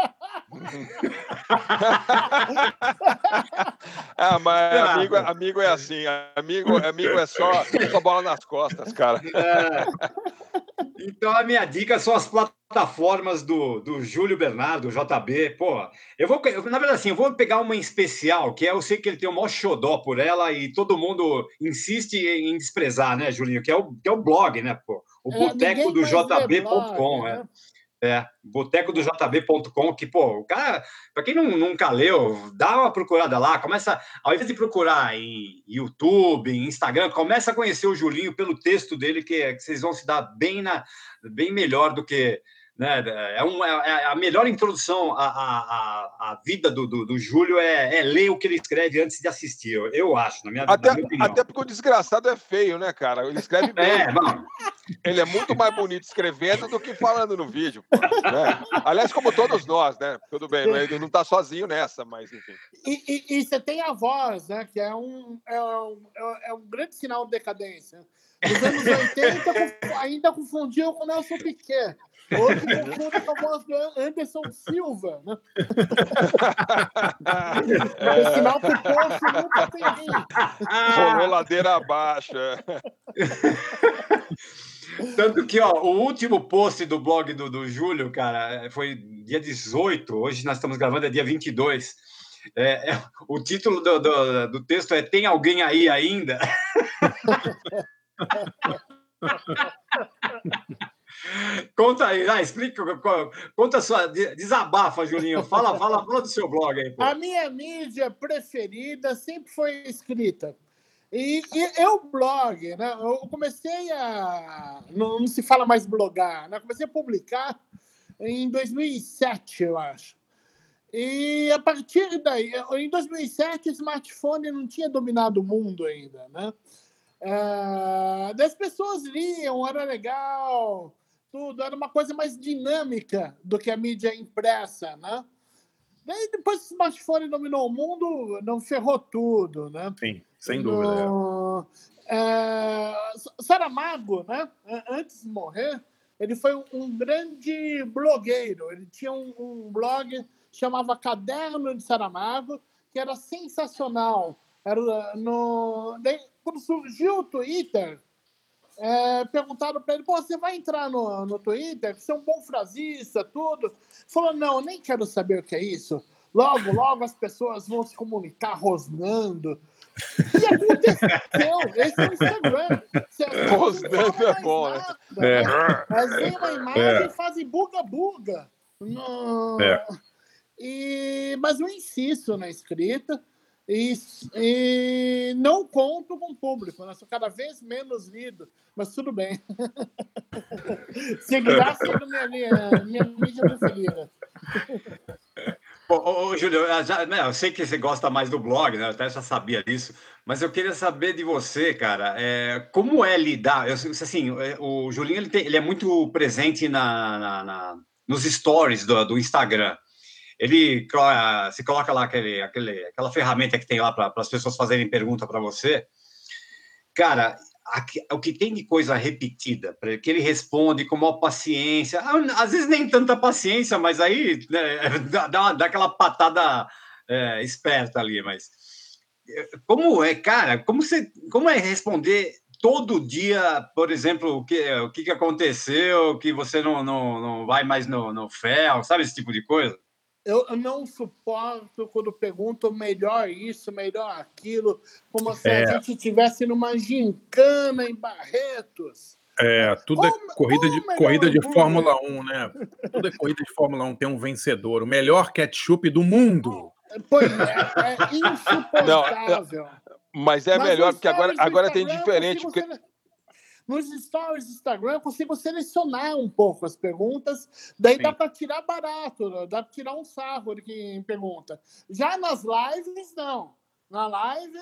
Ah, mas amigo, amigo é assim. Amigo, amigo é só, só bola nas costas, cara. É. Então, a minha dica são as plataformas do, do Júlio Bernardo, do J B. Pô, eu vou, eu, na verdade, assim, eu vou pegar uma em especial, que é, eu sei que ele tem o maior xodó por ela e todo mundo insiste em desprezar, né, Julinho? Que é o, que é o blog, né, pô? O É, boteco do ninguém mais J B lê ponto com, blog, é. né? É, boteco do J B ponto com, que, pô, o cara, pra quem não, nunca leu, dá uma procurada lá, começa, ao invés de procurar em YouTube, em Instagram, começa a conhecer o Julinho pelo texto dele, que, é, que vocês vão se dar bem, na, bem melhor do que, né, é, um, é a melhor introdução à, à, à vida do, do, do Júlio é, é ler o que ele escreve antes de assistir, eu, eu acho, na minha, Até, na minha opinião. até porque o desgraçado é feio, né, cara? Ele escreve bem. É, mano. Ele é muito mais bonito escrevendo do que falando no vídeo, pô, né? Aliás, como todos nós, né? Tudo bem, ele não está sozinho nessa, mas enfim. E, e, e você tem a voz, né? Que é um, é um, é um grande sinal de decadência. Nos anos oitenta, ainda confundiam com o Nelson Piquet. Hoje confunde com a voz do Anderson Silva, né? É. O sinal que o poço nunca tem rim. Rolou ladeira abaixo. É. Tanto que, ó, o último post do blog do, do Júlio, cara, foi dia dezoito, hoje nós estamos gravando, é dia vinte e dois. É, é, o título do, do, do texto é Tem Alguém Aí Ainda? Conta aí, ah, explica, conta a sua, desabafa, Julinho, fala, fala, fala do seu blog aí. Pô. A minha mídia preferida sempre foi escrita. E, e eu blog, né? Eu comecei a... Não, não se fala mais blogar, né? Eu comecei a publicar em dois mil e sete, eu acho. E a partir daí... Em dois mil e sete, o smartphone não tinha dominado o mundo ainda, né? É, das pessoas liam, era legal, tudo. Era uma coisa mais dinâmica do que a mídia impressa, né? Daí, depois que o smartphone dominou o mundo, não ferrou tudo, né? Sim, sem dúvida. No, é, Saramago, né? Antes de morrer, ele foi um, um grande blogueiro. Ele tinha um, um blog chamava Caderno de Saramago, que era sensacional. Era no... Daí, quando surgiu o Twitter, é, perguntaram para ele, pô, você vai entrar no, no Twitter? Você é um bom frasista, tudo. Ele falou, não, nem quero saber o que é isso. Logo, logo as pessoas vão se comunicar rosnando. E aconteceu. Esse é o Instagram. Rosnando é bom, né? É. Mas vem uma imagem é. e fazem buga-buga. No... É. E... Mas eu insisto na escrita. E, e não conto com o público, né? Sou cada vez menos lido, mas tudo bem. Seguirá sendo minha, minha, minha mídia preferida. Ô, ô, ô, Júlio, eu, já, né, eu sei que você gosta mais do blog, né? Eu até já sabia disso, mas eu queria saber de você, cara, é, como é lidar? Eu, assim, o Julinho ele tem, ele é muito presente na, na, na, nos stories do, do Instagram. Ele se coloca lá aquele, aquele, aquela ferramenta que tem lá para as pessoas fazerem pergunta para você. Cara, aqui, o que tem de coisa repetida, que ele responde com maior paciência, às vezes nem tanta paciência, mas aí né, dá, dá aquela patada é, esperta ali, mas como é, cara, como, você, como é responder todo dia, por exemplo, o que, o que aconteceu, que você não, não, não vai mais no, no fel, sabe esse tipo de coisa? Eu, eu não suporto quando perguntam melhor isso, melhor aquilo, como se É. a gente estivesse numa gincana em Barretos. É, tudo é Qual- corrida qual de, o melhor corrida de hambúrguer? Fórmula um, né? Tudo é corrida de Fórmula um, tem um vencedor, o melhor ketchup do mundo. Pois é, é insuportável. Mas é Mas melhor, nos porque agora, stories do agora tem Instagram, eu diferente. consigo Porque... sele- Nos stories do Instagram, eu consigo selecionar um pouco as perguntas, daí Sim. dá para tirar barato, né? Dá para tirar um sarro de quem pergunta. Já nas lives, não. Na live,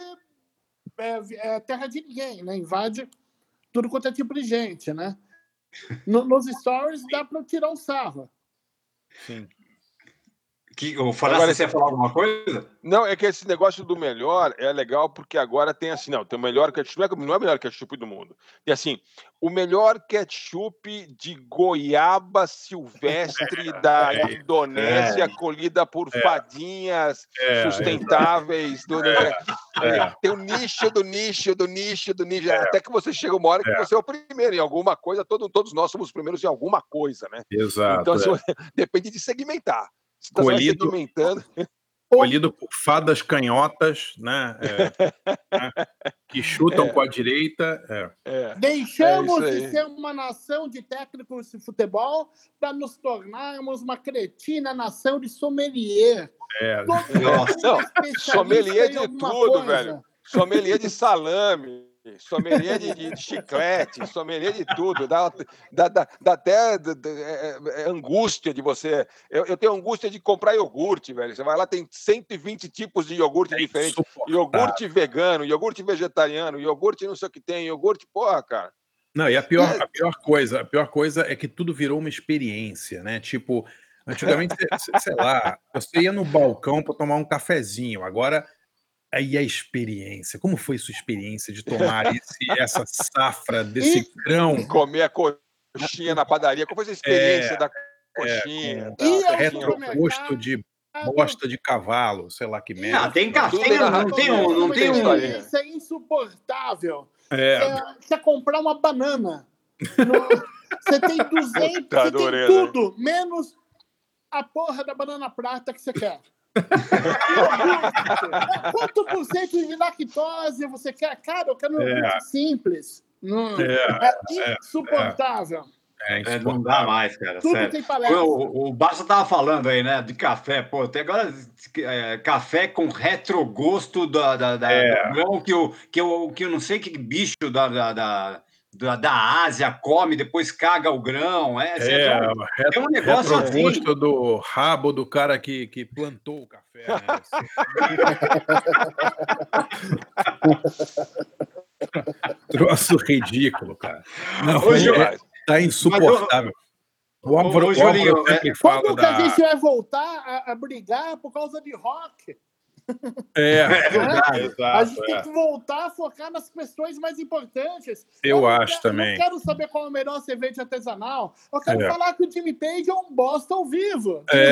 é, é terra de ninguém, né? Invade tudo quanto é tipo de gente, né? No- nos stories, dá para tirar um sarro. Sim. Que, o Forasta, Agora, você ia falar alguma coisa? Não, é que esse negócio do melhor é legal porque agora tem assim, não, tem o melhor ketchup, não é, não é o melhor ketchup do mundo. Tem assim, o melhor ketchup de goiaba silvestre da é, Indonésia, é. colhida por É. fadinhas É, sustentáveis. Do, É. É. Tem o nicho do nicho do nicho do nicho, até que você chega uma hora que É. você é o primeiro em alguma coisa, todo, todos nós somos os primeiros em alguma coisa, né? Exato. Então, é. se você- depende de segmentar. Se você vai Colhido- segmentando... Colhido por fadas canhotas, né? É, né? Que chutam É. com a direita. É. É. Deixamos É isso de aí. ser uma nação de técnicos de futebol para nos tornarmos uma cretina nação de sommelier. É. Todo mundo Não, é especialista sommelier em de alguma tudo, coisa. velho. Sommelier de salame, sommelier de, de- de chiclete, sommelier de tudo. Dá, dá, dá, dá até dá- dá- é- é angústia de você. Eu, eu tenho angústia de comprar iogurte, velho. Você vai lá, tem cento e vinte tipos de iogurte É diferentes. insuportável. Iogurte vegano, iogurte vegetariano, iogurte não sei o que tem, iogurte, porra, cara. Não, e a pior, É. a pior coisa, a pior coisa é que tudo virou uma experiência, né? Tipo, antigamente, cê- sei lá, você ia no balcão para tomar um cafezinho, agora aí a experiência. Como foi sua experiência de tomar esse, essa safra desse E- grão Comer a coxinha na padaria. Qual foi a experiência da coxinha? com tal, E ao coxinha? retrogosto de bosta de cavalo, sei lá que merda. Ah, tem café, Tudo é não, narrativo. tem um, não uma tem um, historinha. experiência insuportável. É, Você quer comprar uma banana. No- Você tem duzentos, Puta você tem dureza, tudo, menos a porra da banana prata que você quer. Iogurte. Quanto por cento de lactose você quer? Cara, eu quero um É. iogurte simples. Não. É, É insuportável. é É, não dá insuportável. mais, cara, Tudo sério. tem palestra. O, o Barça tava falando aí, né, de café, pô, até agora é, café com retrogosto da, da, da, É. do grão que eu, que, eu, que eu não sei que bicho da, da, da, da, da Ásia come, depois caga o grão, é, assim, É, é, um, é um negócio assim. retrogosto do rabo do cara que, que plantou o café, né? Troço ridículo, cara. Não, Ô, Ju, é, tá insuportável. O ô, Álvaro, ô, o Julinho, Álvaro sempre é- fala Quando que a da... gente vai voltar a, a brigar por causa de rock? É, É verdade. A exato, gente tem é. que voltar a focar nas questões mais importantes. Eu não acho quero, também. Não quero saber qual é a melhor cerveja artesanal. Eu quero É. falar que o Jimmy Page é um bosta ao vivo. É,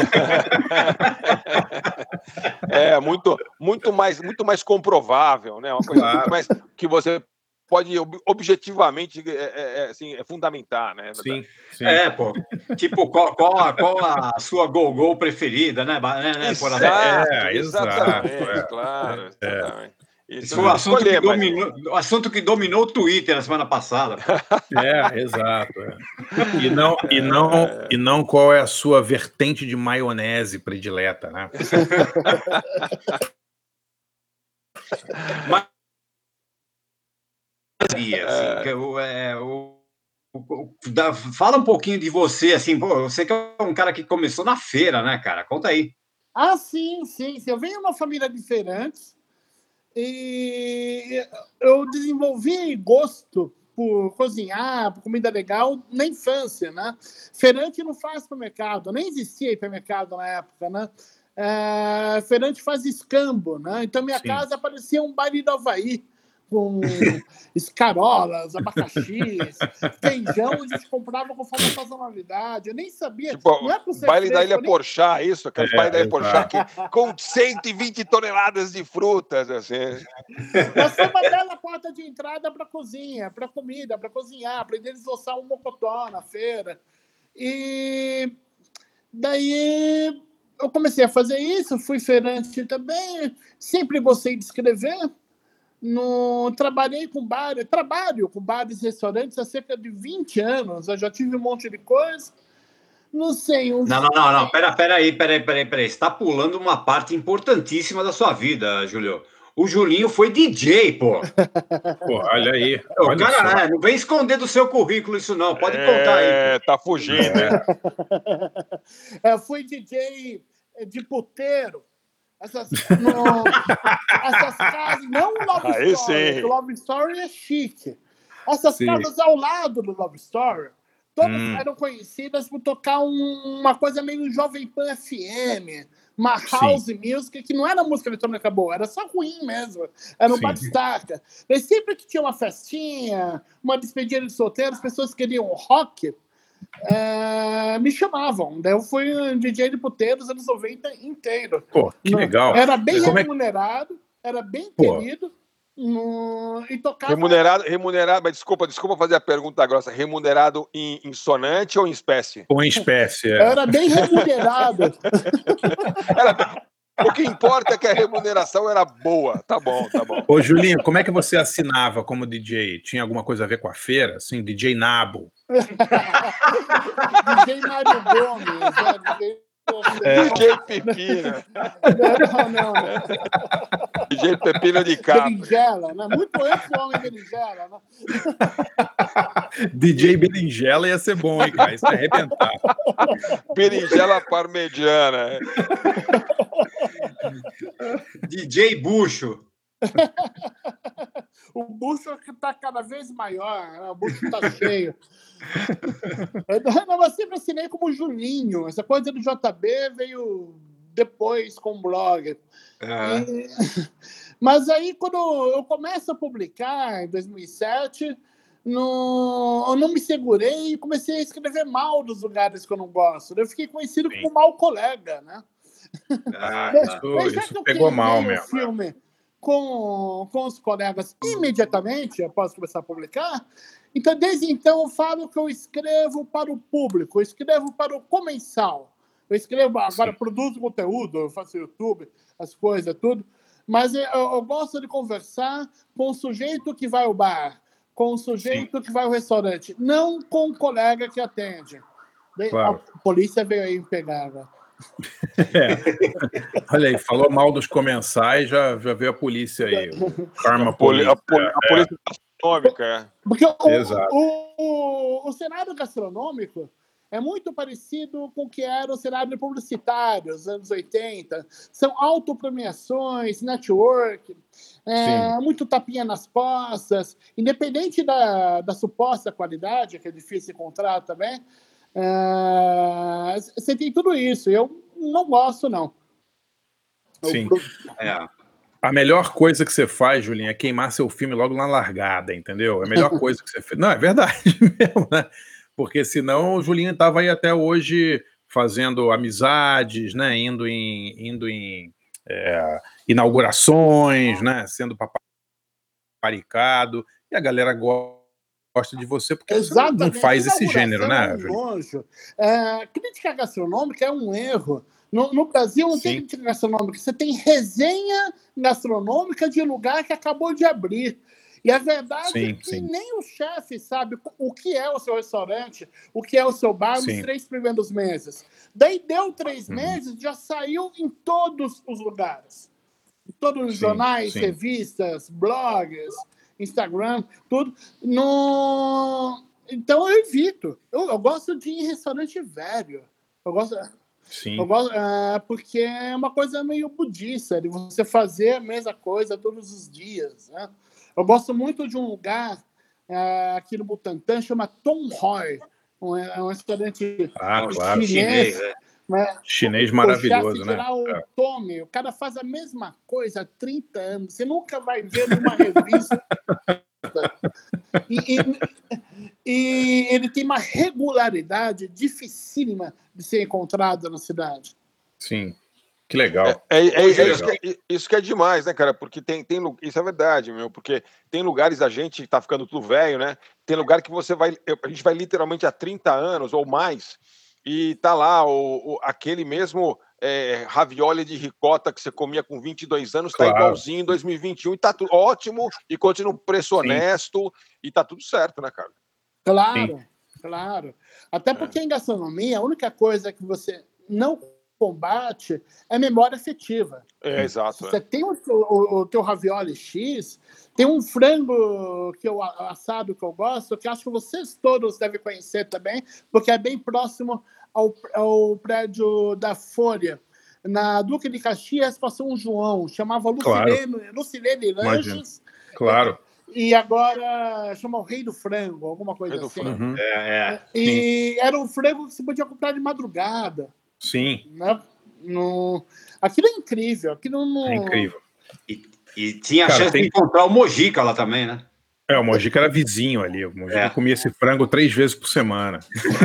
É muito, muito mais, muito mais comprovável, né? Uma coisa Claro. muito mais que você pode ob- objetivamente é, é, é, assim, é fundamentar, né? sim, sim. É, pô. Tipo, qual, qual, a, qual a sua go-go preferida, né? ba- né, né por exemplo? Exato, É, exatamente, exato, é. claro, É. exatamente. Esse Isso foi o assunto, escolher, que mas- dominou, o assunto que dominou o Twitter na semana passada. É, exato. é. E, não, e, não, e não qual é a sua vertente de maionese predileta, né? Mas, assim, que eu, é, o- o- o- da- fala um pouquinho de você, assim, pô, você que é um cara que começou na feira, né, cara? Conta aí. Ah, sim, sim, sim. Eu venho de uma família de feirantes e eu desenvolvi gosto por cozinhar, por comida legal na infância, né? Feirante não faz supermercado, nem existia hipermercado na época, né? É, feirante faz escambo, né? Então minha Sim. casa parecia um baile do Havaí, com escarolas, abacaxis, feijão, a gente comprava conforme a sazonalidade. Eu nem sabia. Tipo, não é por ser baile da fresco, Ilha nem- Porchat, isso? Aqueles É, baile da Ilha exato. Porchat que, com cento e vinte toneladas de frutas, assim. Mas foi uma bela porta de entrada para cozinha, para comida, para cozinhar, aprender a desossar um mocotó na feira. E daí eu comecei a fazer isso, fui feirante também, sempre gostei de escrever. No, trabalhei com bares, trabalho com bares e restaurantes há cerca de vinte anos, eu já tive um monte de coisa. Não sei, um... Não, não, não, não. Pera, pera aí, pera aí, pera aí, pera aí. Você está pulando uma parte importantíssima da sua vida, Júlio. O Julinho foi D J, pô. Pô, olha aí. O Olha só. cara, é, não vem esconder do seu currículo isso, não. Pode contar aí. É, tá fugindo, hein? Eu fui D J de puteiro. Essas, no, essas casas, não o Love Aí Story, sim. o Love Story é chique. Essas Sim. casas ao lado do Love Story, todas Hum. eram conhecidas por tocar um- uma coisa meio Jovem Pan F M, uma Sim. house music, que não era música eletrônica boa, era só ruim mesmo, era um Sim. batistaca. E sempre que tinha uma festinha, uma despedida de solteiro, as pessoas queriam rock, é, me chamavam. Daí eu fui um D J de puteiro dos anos noventa inteiro. Pô, que Não, legal. Era bem Como é- remunerado, era bem Pô. querido, no- e tocava... Remunerado, remunerado, mas desculpa, desculpa fazer a pergunta grossa. Remunerado em, em sonante ou em espécie? Ou em espécie, é. Era bem remunerado. Era- o que importa é que a remuneração era boa. Tá bom, tá bom. Ô, Julinho, como é que você assinava como D J? Tinha alguma coisa a ver com a feira? Assim, D J Nabo? D J Mário Gomes, né? D J... D J Pepino. Não, não. D J Pepino de capa. Berinjela, né? Muito antes do homem berinjela, né? D J Berinjela ia ser bom, hein, cara? Isso ia arrebentar. Berinjela parmegiana. D J Bucho. O bucho está cada vez maior, né? O bucho está cheio. Eu, não, eu sempre assinei como Julinho. Essa coisa do J B veio depois com o blog. É. E- mas aí, quando eu começo a publicar, em dois mil e sete, no... eu não me segurei e comecei a escrever mal dos lugares que eu não gosto. Eu fiquei conhecido como mau colega, né? Ah, Mas- tá. mas já isso que eu pegou mal queimei mesmo, o filme com, com os colegas imediatamente após começar a publicar, então desde então eu falo que eu escrevo para o público, eu escrevo para o comensal. Eu escrevo, agora produzo conteúdo, eu faço YouTube, as coisas, tudo, mas eu, eu gosto de conversar com o sujeito que vai ao bar, com o sujeito que vai ao restaurante, não com o colega que atende. Daí, Claro. A polícia veio aí me pegar, né? É. Olha aí, falou mal dos comensais, já, já veio a polícia aí. O Karma A, poli, Police. a, poli, a polícia gastronômica, é. Porque o, Exato. o, o, o cenário gastronômico é muito parecido com o que era o cenário publicitário, dos anos oitenta. São autopremiações, network, é, muito tapinha nas costas. Independente da, da suposta qualidade, que é difícil encontrar também, é, você tem tudo isso. Eu não gosto, não. Sim. É. A melhor coisa que você faz, Julinho, é queimar seu filme logo na largada, entendeu? É a melhor coisa que você fez. Não, é verdade mesmo, né? Porque senão o Julinho estava aí até hoje fazendo amizades, né? Indo em, indo em é, inaugurações, né? Sendo paparicado. E a galera gosta de você porque Exatamente. você não faz esse Inauguração gênero, é né, um Julinho? nojo. É, crítica gastronômica é um erro. No, no Brasil não tem Sim. crítica gastronômica, você tem resenha gastronômica de lugar que acabou de abrir. E a verdade Sim, é que sim. nem o chefe sabe o que é o seu restaurante, o que é o seu bar nos Sim. três primeiros meses. Daí deu três Uhum. meses, já saiu em todos os lugares. Em todos os Sim, jornais, sim. revistas, blogs, Instagram, tudo. No... Então eu evito. Eu, eu gosto de ir em restaurante velho. Eu gosto... Sim. Eu gosto, é, porque é uma coisa meio budista, de você fazer a mesma coisa todos os dias, né? Eu gosto muito de um lugar é, aqui no Butantã, chama Tom Hoy, um, é um restaurante Ah, claro. chinês, Chinês, é. Né? Chinês O maravilhoso, chefe né? geral, É. o Tommy, o cara faz a mesma coisa há trinta anos. Você nunca vai ver numa revista. E, e, e ele tem uma regularidade dificílima de ser encontrada na cidade. Sim, que legal. É, é, é, Ô, é Júlio, isso, que é, isso que é demais, né, cara? Porque tem, tem lu- isso é verdade, meu, porque tem lugares, a gente tá ficando tudo velho, né? Tem lugar que você vai, eu- a gente vai literalmente há trinta anos ou mais, e tá lá o, o- aquele mesmo é, ravioli de ricota que você comia com vinte e dois anos, tá Claro. igualzinho em dois mil e vinte e um, e tá tudo ótimo, e continua um preço Sim. honesto, e tá tudo certo, né, cara? Claro, claro. Até porque em gastronomia, a única coisa que você não combate é memória afetiva. É, exato. Você É. tem o, o, o teu ravioli X, tem um frango que eu, assado que eu gosto, que acho que vocês todos devem conhecer também, porque é bem próximo ao, ao prédio da Folha. Na Duque de Caxias passou um João, chamava Claro. Lucilene, Lucilene Lanches, Claro. e agora chama o Rei do Frango, alguma coisa Rei do assim. Frango. Uhum. É, é. E era um frango que você podia comprar de madrugada. Sim, Né? No... Aquilo é incrível. Aquilo não... é incrível. E, e tinha a Cara, chance tem- de encontrar o Mojica lá também, né? É, o Mojica era vizinho ali. O Mojica É. comia esse frango três vezes por semana.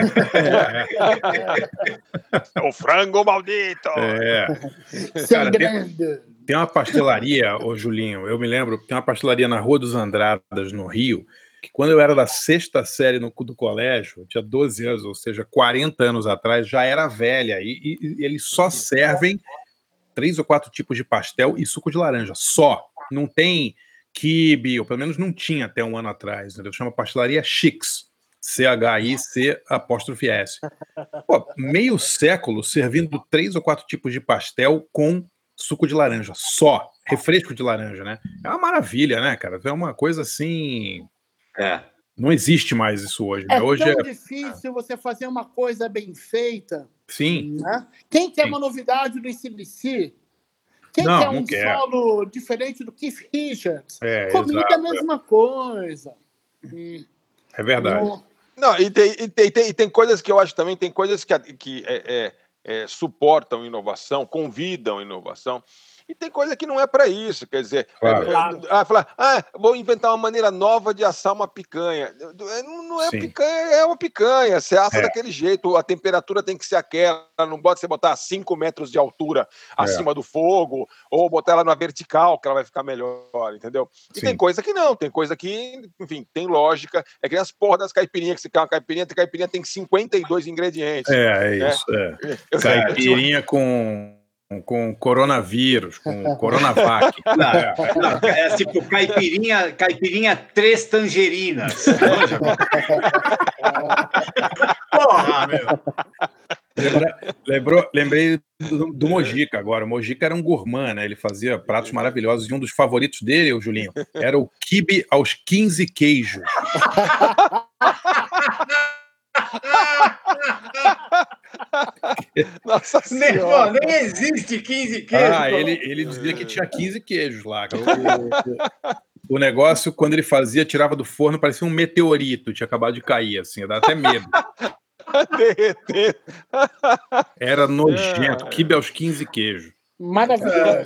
O frango maldito! É. Sem Cara, tem- grande. Tem uma pastelaria, ô Julinho, eu me lembro, tem uma pastelaria na Rua dos Andradas, no Rio, que quando eu era da sexta série no, do colégio, eu tinha doze anos, ou seja, quarenta anos atrás, já era velha, e, e- e eles só servem três ou quatro tipos de pastel e suco de laranja, só. Não tem quibe, ou pelo menos não tinha até um ano atrás, entendeu? Chama Pastelaria Chix, C H I C apóstrofe S. Pô, meio século servindo três ou quatro tipos de pastel com suco de laranja, só. Refresco de laranja, né? É uma maravilha, né, cara? É uma coisa assim... É. Não existe mais isso hoje, É né? Hoje tão é... difícil você fazer uma coisa bem feita. Sim. Né? Quem quer Sim. uma novidade do A C D C? Quem Não, quer não um quer. solo diferente do Keith Richards? É, Comida é a exato, mesma coisa. Hum, É verdade. não- Não, e tem, e tem, tem, e tem coisas que eu acho também, tem coisas que, que é, é, é, suportam inovação, convidam inovação, e tem coisa que não é para isso, quer dizer, Claro. é, Claro. ah, falar, ah, vou inventar uma maneira nova de assar uma picanha. Não, não é Sim. picanha, é uma picanha, você assa É. daquele jeito, a temperatura tem que ser aquela, não pode você botar a cinco metros de altura É. acima do fogo, ou botar ela na vertical, que ela vai ficar melhor, entendeu? E Sim. tem coisa que não, tem coisa que, enfim, tem lógica. É que nem as porra das caipirinhas, que você quer uma caipirinha, tem caipirinha tem cinquenta e dois ingredientes. É, é né? isso. É. Eu sei, Caipirinha com, com coronavírus, com coronavac. Não, É. não, é tipo caipirinha, caipirinha três tangerinas. Manja? Porra, meu. Lembra- lembrou, lembrei do, do Mojica agora. O Mojica era um gourmand, né? Ele fazia pratos maravilhosos. E um dos favoritos dele, o Julinho, era o quibe aos quinze queijos. Nossa Nem, pô, senhora. nem existe quinze queijos. Ah, pô. ele, ele dizia que tinha quinze queijos lá. cara. O, o- o negócio, quando ele fazia, tirava do forno, parecia um meteorito, tinha acabado de cair, assim, dá até medo. Derreter. Era nojento, quibe aos quinze queijos. Maravilhoso.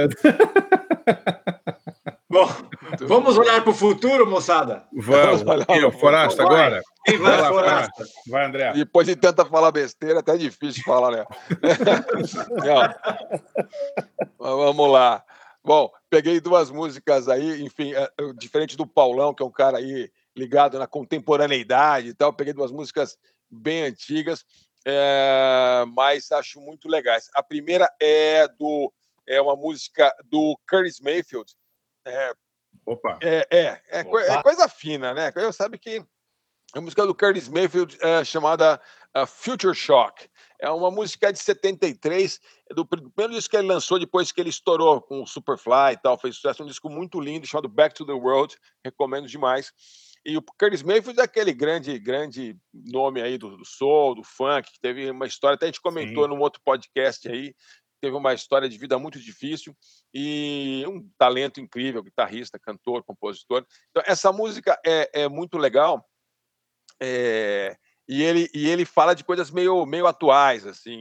Bom, vamos olhar para o futuro, moçada? Vamos, olhar Quem é o no- Forasta Vai. agora? Quem vai, lá, Forasta? Vai, André. Depois de tanta falar besteira, até é difícil falar, né? Não. Mas vamos lá. Bom, peguei duas músicas aí, enfim, é, é, diferente do Paulão, que é um cara aí ligado na contemporaneidade e tal, peguei duas músicas bem antigas, é, mas acho muito legais. A primeira é do é uma música do Curtis Mayfield. É, Opa. é, é, é, co- é Opa. coisa fina, né? Eu sabe que a música do Curtis Mayfield é chamada uh, Future Shock. É uma música de setenta e três, é do pr- primeiro disco que ele lançou depois que ele estourou com o Superfly e tal, fez sucesso, um disco muito lindo chamado Back to the World, recomendo demais. E o Curtis Mayfield é aquele grande, grande nome aí do, do soul, do funk, que teve uma história, até a gente comentou Sim. num outro podcast aí, teve uma história de vida muito difícil e um talento incrível, guitarrista, cantor, compositor. Então, essa música é, é muito legal. É, e, ele, e ele fala de coisas meio, meio atuais, assim. Se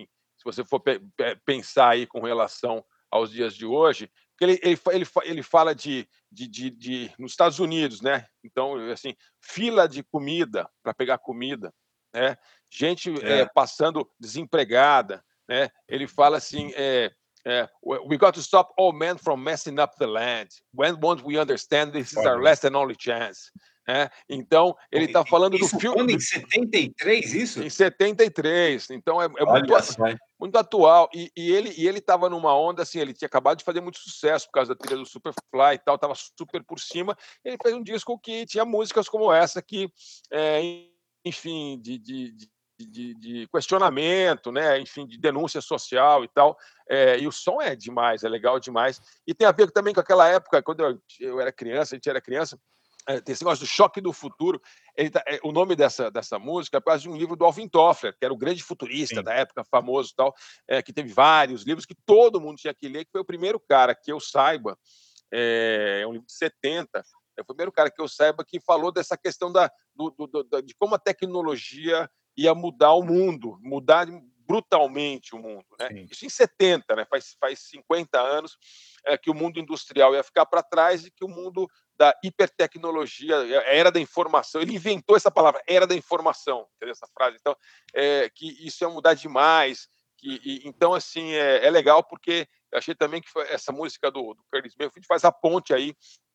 você for pe pensar aí com relação aos dias de hoje, porque ele, ele, ele, ele fala de, de, de, de nos Estados Unidos, né? Então, assim, fila de comida para pegar comida, né? Gente é. É, passando desempregada, né? Ele fala assim, é, é, we got to stop all men from messing up the land. When won't we understand this is our last and only chance? É, então, ele está falando isso do filme. Em setenta e três, isso? Em setenta e três. Então, é, é muito, muito atual. E, e ele e ele estava numa onda, assim, ele tinha acabado de fazer muito sucesso por causa da trilha do Superfly e tal, estava super por cima. Ele fez um disco que tinha músicas como essa, que, é, enfim, de, de, de, de questionamento, né? Enfim, de denúncia social e tal. É, e o som é demais, é legal demais. E tem a ver também com aquela época, quando eu, eu era criança, a gente era criança. Tem esse negócio do choque do futuro. Ele tá, é, o nome dessa, dessa música é por causa de um livro do Alvin Toffler, que era o grande futurista Sim. da época, famoso e tal, é, que teve vários livros que todo mundo tinha que ler, que foi o primeiro cara que eu saiba, é, é um livro de setenta, é o primeiro cara que eu saiba que falou dessa questão da, do, do, do, de como a tecnologia ia mudar o mundo, mudar brutalmente o mundo, né? Isso em setenta, né? Faz, faz cinquenta anos é, que o mundo industrial ia ficar para trás e que o mundo da hipertecnologia, a era da informação, ele inventou essa palavra, era da informação, entendeu? Essa frase. Então, é, que isso ia mudar demais. Que, e, então, assim, é, é legal porque eu achei também que foi essa música do, do Curtis Mayfield faz a ponte aí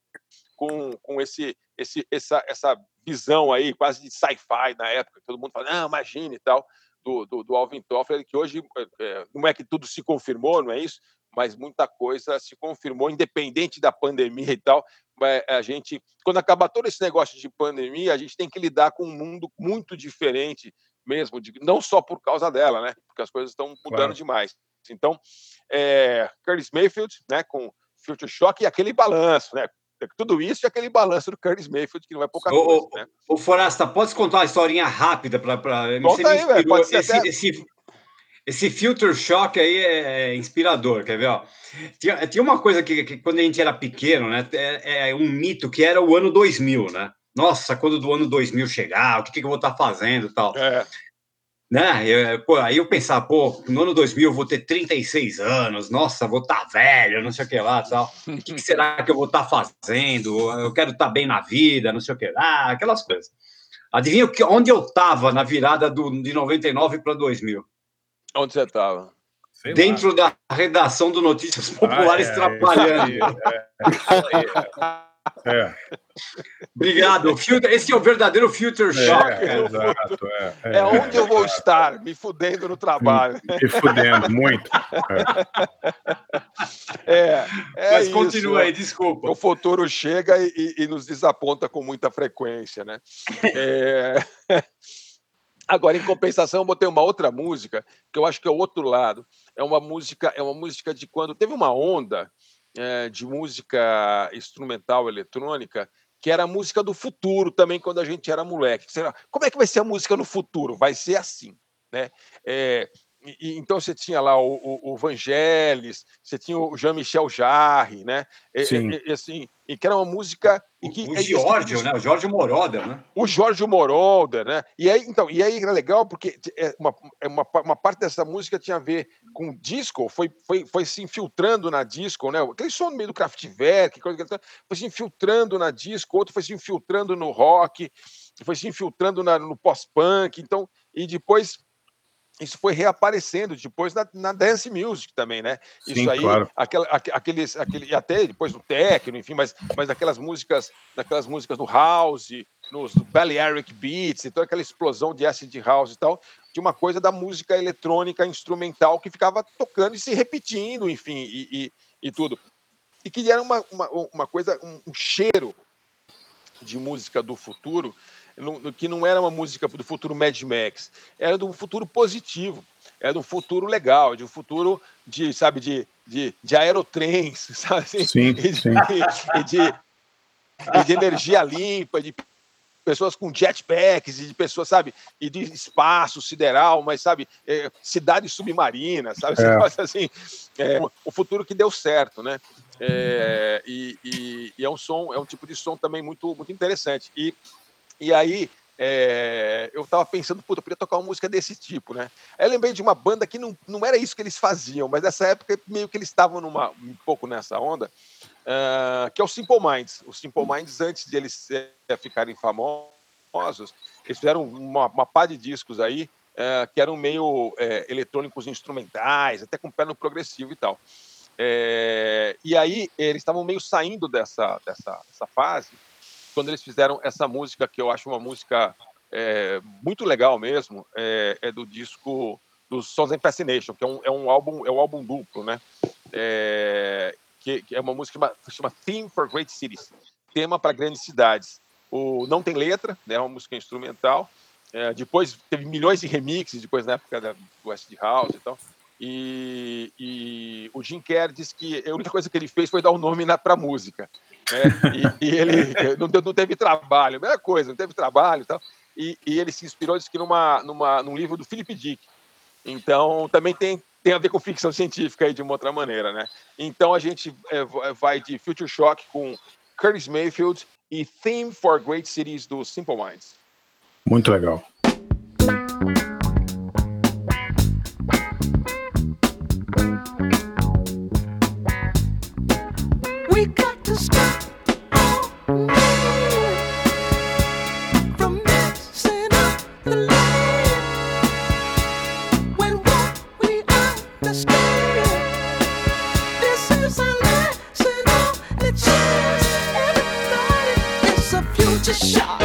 com, com esse, esse, essa, essa visão aí quase de sci-fi na época, todo mundo fala, não, imagine e tal, do, do, do Alvin Toffler, que hoje é, não é que tudo se confirmou, não é isso? Mas muita coisa se confirmou, independente da pandemia e tal. A gente, quando acabar todo esse negócio de pandemia, a gente tem que lidar com um mundo muito diferente mesmo, de, não só por causa dela, né? Porque as coisas estão mudando claro. demais. Então, é, Curtis Mayfield, né, com Future Shock e aquele balanço, né? Tudo isso e aquele balanço do Curtis Mayfield, que não é pouca ô, coisa, ô, né? Ô, Forasta, pode contar uma historinha rápida para... Conta aí, velho. Pode ser esse, até... esse... Esse Future Shock aí é inspirador, quer ver? Ó? Tinha, tinha uma coisa que, que, quando a gente era pequeno, né, é, é um mito que era o ano dois mil, né? Nossa, quando do ano dois mil chegar, o que, que eu vou estar fazendo e tal. É. Né? Eu, pô, aí eu pensava, pô, no ano dois mil eu vou ter trinta e seis anos, nossa, vou estar velho, não sei o que lá e tal. O que, que será que eu vou estar fazendo? Eu quero estar bem na vida, não sei o que lá, aquelas coisas. Adivinha onde eu estava na virada do, de noventa e nove para dois mil? Onde você estava? Dentro lá. da redação do Notícias Populares, ah, é, trabalhando. É, é, é, é. Obrigado. Esse é o verdadeiro Future Shock. É, exato, é, é, é onde eu vou estar, me fudendo no trabalho. Me fudendo, muito. É, é Mas isso, continua aí, desculpa. O futuro chega e, e, e nos desaponta com muita frequência, né? É... Agora, em compensação, eu botei uma outra música, que eu acho que é o outro lado. É uma música, é uma música de quando teve uma onda é, de música instrumental eletrônica, que era a música do futuro também, quando a gente era moleque. Como é que vai ser a música no futuro? Vai ser assim, né? É, e, então você tinha lá o, o, o Vangelis, você tinha o Jean-Michel Jarre, né? Sim. E, e, assim, e que era uma música... O, que, o Giorgio, esse, né? O Giorgio Moroder, né? O Giorgio Moroder, né? E aí, então, e aí era legal porque é uma, uma, uma parte dessa música tinha a ver com disco, foi, foi, foi se infiltrando na disco, né? Aquele som no meio do Kraftwerk, foi se infiltrando na disco, outro foi se infiltrando no rock, foi se infiltrando na, no pós-punk, então, e depois... Isso foi reaparecendo depois na, na dance music também, né? Sim, isso aí, claro. aquela, aqueles, aquele, até depois do techno, enfim, mas, mas naquelas músicas, naquelas músicas do house, nos Balearic Beats, então aquela explosão de acid house e tal, de uma coisa da música eletrônica instrumental que ficava tocando e se repetindo, enfim, e, e, e tudo. E que era uma, uma, uma coisa, um, um cheiro de música do futuro, que não era uma música do futuro Mad Max, era do futuro positivo, era do futuro legal, de um futuro de, sabe, de, de, de aerotrens, sabe? Sim, e, de, sim. E, de, e de energia limpa, de pessoas com jetpacks, e de pessoas, sabe, e de espaço sideral, mas, sabe, é, cidades submarinas, sabe? É. Assim, é, o futuro que deu certo, né? É, e, e, e é um som, é um tipo de som também muito, muito interessante. E E aí, é, eu tava pensando, puta, eu podia tocar uma música desse tipo, né? Aí eu lembrei de uma banda que não, não era isso que eles faziam, mas nessa época meio que eles estavam numa, um pouco nessa onda, uh, que é o Simple Minds. Os Simple Minds, antes de eles é, ficarem famosos, eles fizeram uma, uma pá de discos aí, uh, que eram meio é, eletrônicos instrumentais, até com pé no progressivo e tal. É, e aí eles estavam meio saindo dessa, dessa, dessa fase, quando eles fizeram essa música, que eu acho uma música é, muito legal mesmo, é, é do disco dos Sons and Fascination, que é um, é um álbum, é um álbum duplo, né? É, que, que é uma música que chama, chama Theme for Great Cities, tema para grandes cidades. O, não tem letra, né? É uma música instrumental. É, depois teve milhões de remixes, depois na época da West House e tal. E, e o Jim Kerr disse que a única coisa que ele fez foi dar o um nome para a música. Né? E, e ele não, não teve trabalho, a mesma coisa, não teve trabalho e tal. E, e ele se inspirou, disse que numa, numa, num livro do Philip Dick. Então, também tem, tem a ver com ficção científica aí de uma outra maneira, né? Então, a gente é, vai de Future Shock com Curtis Mayfield e Theme for Great Cities do Simple Minds. Muito legal. We got to stop from messing up the land when what we understand. This is a lesson on the chance. Everybody, it's a future shock.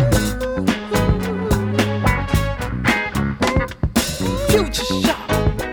Future shock.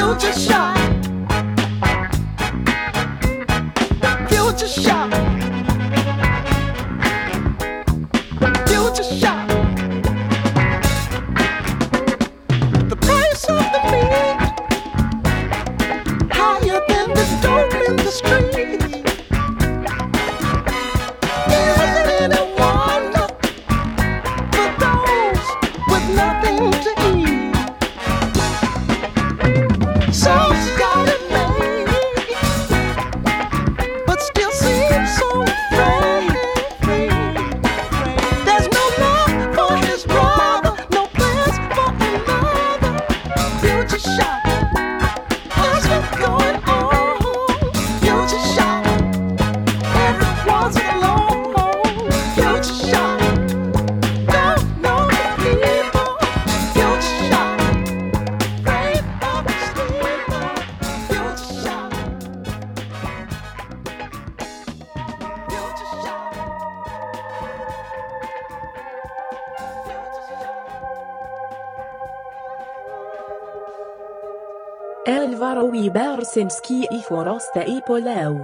Future shock. Future shock. Future shock. The price of the meat higher than the dope in the street. Is it any wonder for those with nothing to eat? Some's got it made, but still seems so afraid. There's no love for his brother, no plans for another. Future shock, what's been going on? Future shock, everyone's alone. Future shock, don't know the people. Future shock, afraid of the steeple. Future shock, future shock. Álvaro Ibersinski i Forasta i Palau.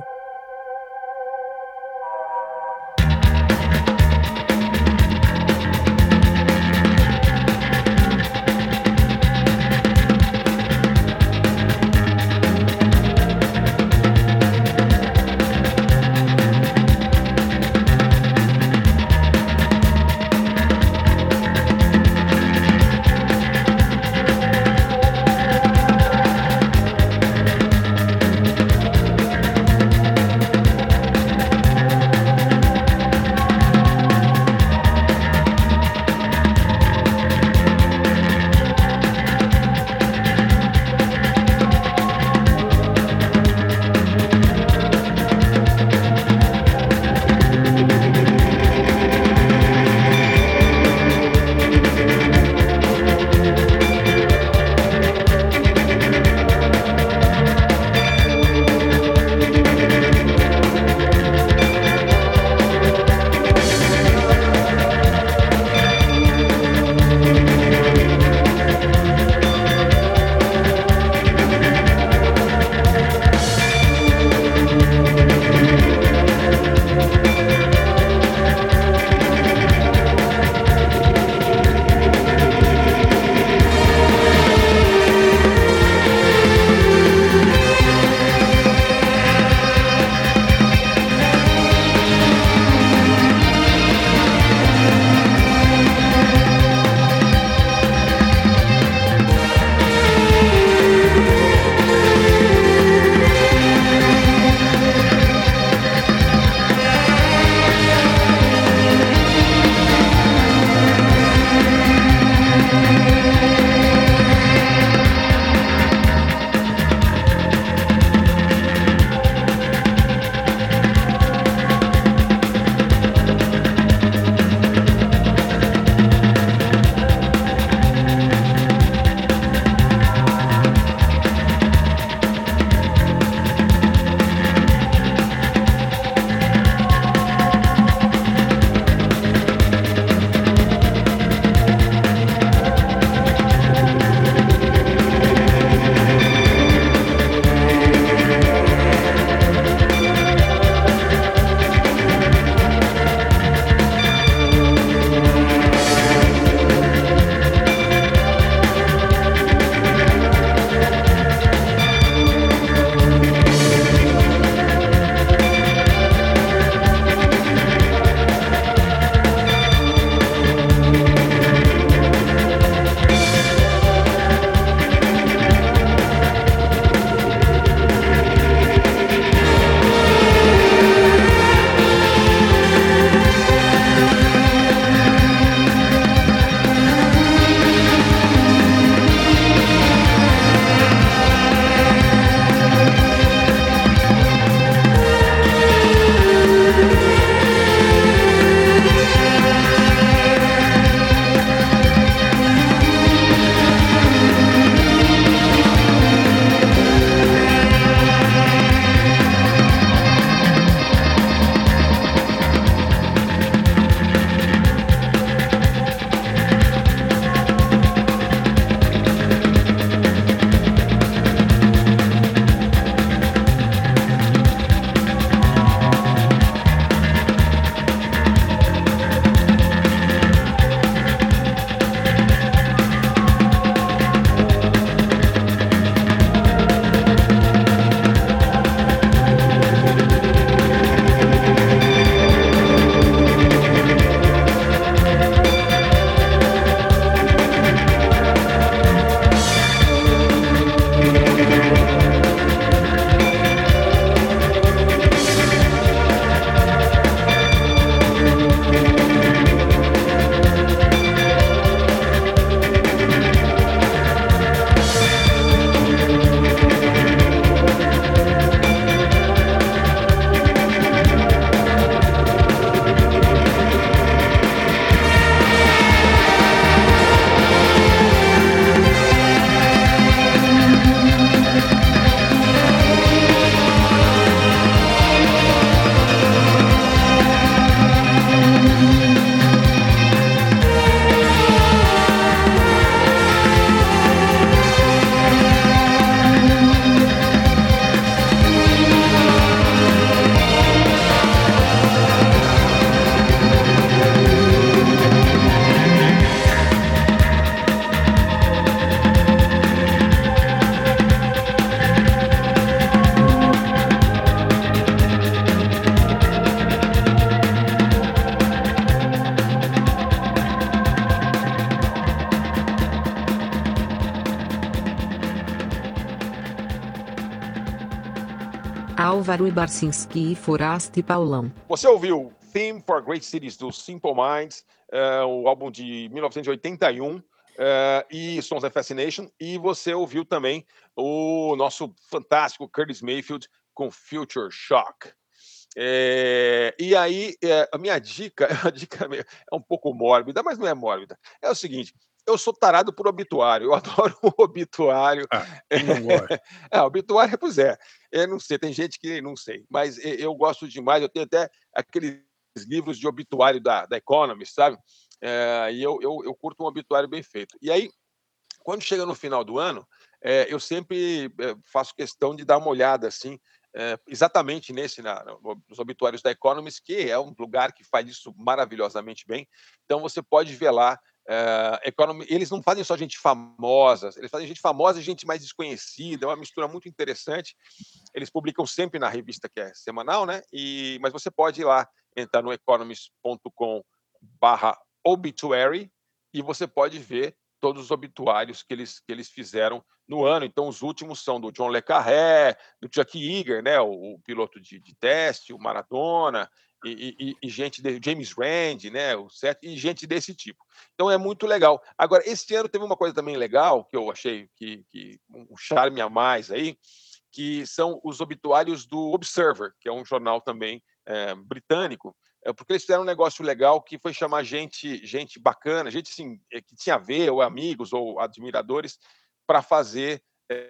Álvaro Barcinski e Forasta e Paulão. Você ouviu Theme for Great Cities do Simple Minds, uh, o álbum de mil novecentos e oitenta e um, uh, e Songs of Fascination, e você ouviu também o nosso fantástico Curtis Mayfield com Future Shock. É, e aí, é, a minha dica, a dica é um pouco mórbida, mas não é mórbida. É o seguinte, eu sou tarado por obituário, eu adoro o obituário. Ah, não gosto. É, obituário, pois é. Eu não sei, tem gente que não sei, mas eu gosto demais. Eu tenho até aqueles livros de obituário da, da Economist, sabe? É, e eu, eu, eu curto um obituário bem feito. E aí, quando chega no final do ano, é, eu sempre é, faço questão de dar uma olhada assim. É, exatamente nesse, na, nos obituários da Economist, que é um lugar que faz isso maravilhosamente bem. Então, você pode ver lá. É, Economy, eles não fazem só gente famosa, eles fazem gente famosa e gente mais desconhecida. É uma mistura muito interessante. Eles publicam sempre na revista, que é semanal, né? E, mas você pode ir lá, entrar no economist ponto com barra obituary e você pode ver todos os obituários que eles, que eles fizeram no ano. Então, os últimos são do John le Carré, do Chuck Yeager, né, o, o piloto de, de teste, o Maradona, e, e, e gente de James Rand, né, o set, e gente desse tipo. Então, é muito legal. Agora, esse ano teve uma coisa também legal, que eu achei que, que um charme a mais aí, que são os obituários do Observer, que é um jornal também é, britânico, porque eles fizeram um negócio legal que foi chamar gente, gente bacana, gente assim, que tinha a ver, ou amigos, ou admiradores, para fazer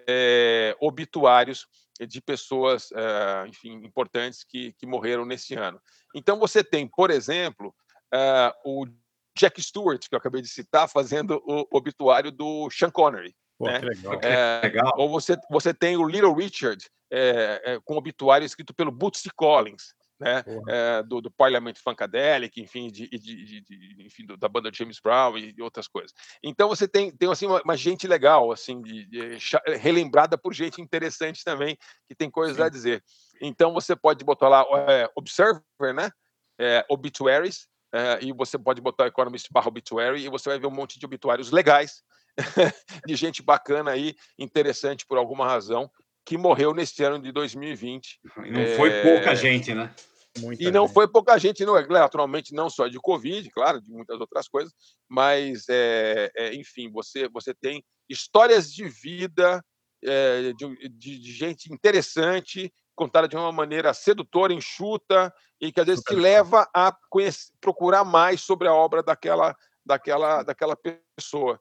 é, obituários de pessoas, é, enfim, importantes que, que morreram nesse ano. Então, você tem, por exemplo, é, o Jack Stewart, que eu acabei de citar, fazendo o obituário do Sean Connery. Pô, né? que legal. É, legal. Ou você, você tem o Little Richard, é, é, com obituário escrito pelo Bootsy Collins, né, é, do, do Parliament Funkadelic, enfim, de, de, de, de, enfim do, da banda James Brown e outras coisas. Então você tem, tem assim, uma, uma gente legal, assim, de, de, relembrada por gente interessante também, que tem coisas Sim. a dizer. Então você pode botar lá é, Observer, né, é, Obituaries, é, e você pode botar Economist barra Obituary, e você vai ver um monte de obituários legais, de gente bacana aí, interessante por alguma razão, que morreu neste ano de dois mil e vinte. E não foi é... pouca gente, né? Muita e não gente. foi pouca gente, não, naturalmente, não só de Covid, claro, de muitas outras coisas, mas, é, é, enfim, você, você tem histórias de vida é, de, de, de gente interessante, contada de uma maneira sedutora, enxuta, e que às vezes Super te leva a conhecer, procurar mais sobre a obra daquela, daquela, daquela pessoa.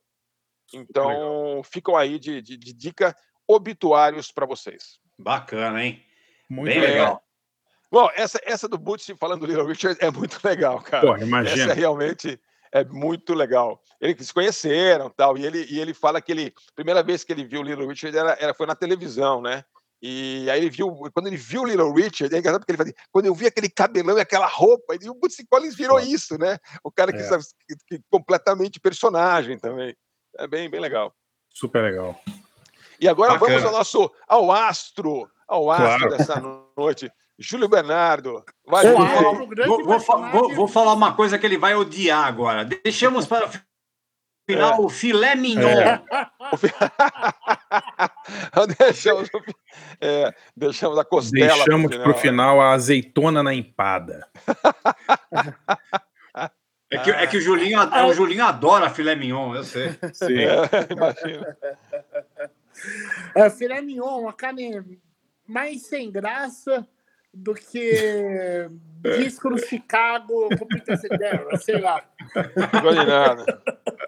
Então, ficam aí de, de, de dica obituários para vocês. Bacana, hein? Muito Bem legal. legal. Bom, essa, essa do Bootsy falando do Little Richard é muito legal, cara. Pô, imagina. Essa realmente é muito legal. Eles se conheceram tal, e ele, e ele fala que ele, a primeira vez que ele viu o Little Richard era, era, foi na televisão, né? E aí ele viu, quando ele viu o Little Richard, é engraçado porque ele fala assim, quando eu vi aquele cabelão e aquela roupa, e o Bootsy Collins virou Pô. isso, né? O cara que, é. sabe, que, que completamente personagem também. É bem, bem legal. Super legal. E agora Bacana. vamos ao nosso ao astro, ao astro Claro. dessa noite, Júlio Bernardo. Vai, O Júlio. astro, grande Vou, vou, fa- personagem. vou- vou falar uma coisa que ele vai odiar agora. Deixamos para o final o filé mignon. É. deixamos, o fi- é, deixamos a costela. pro Deixamos final. para o final a azeitona na empada. É que, é que o, Julinho, é, o Julinho adora filé mignon, eu sei. Sim. É, imagina. É, filé mignon, uma carne mais sem graça do que disco no Chicago com Peter Cedera, sei lá. Não vale nada.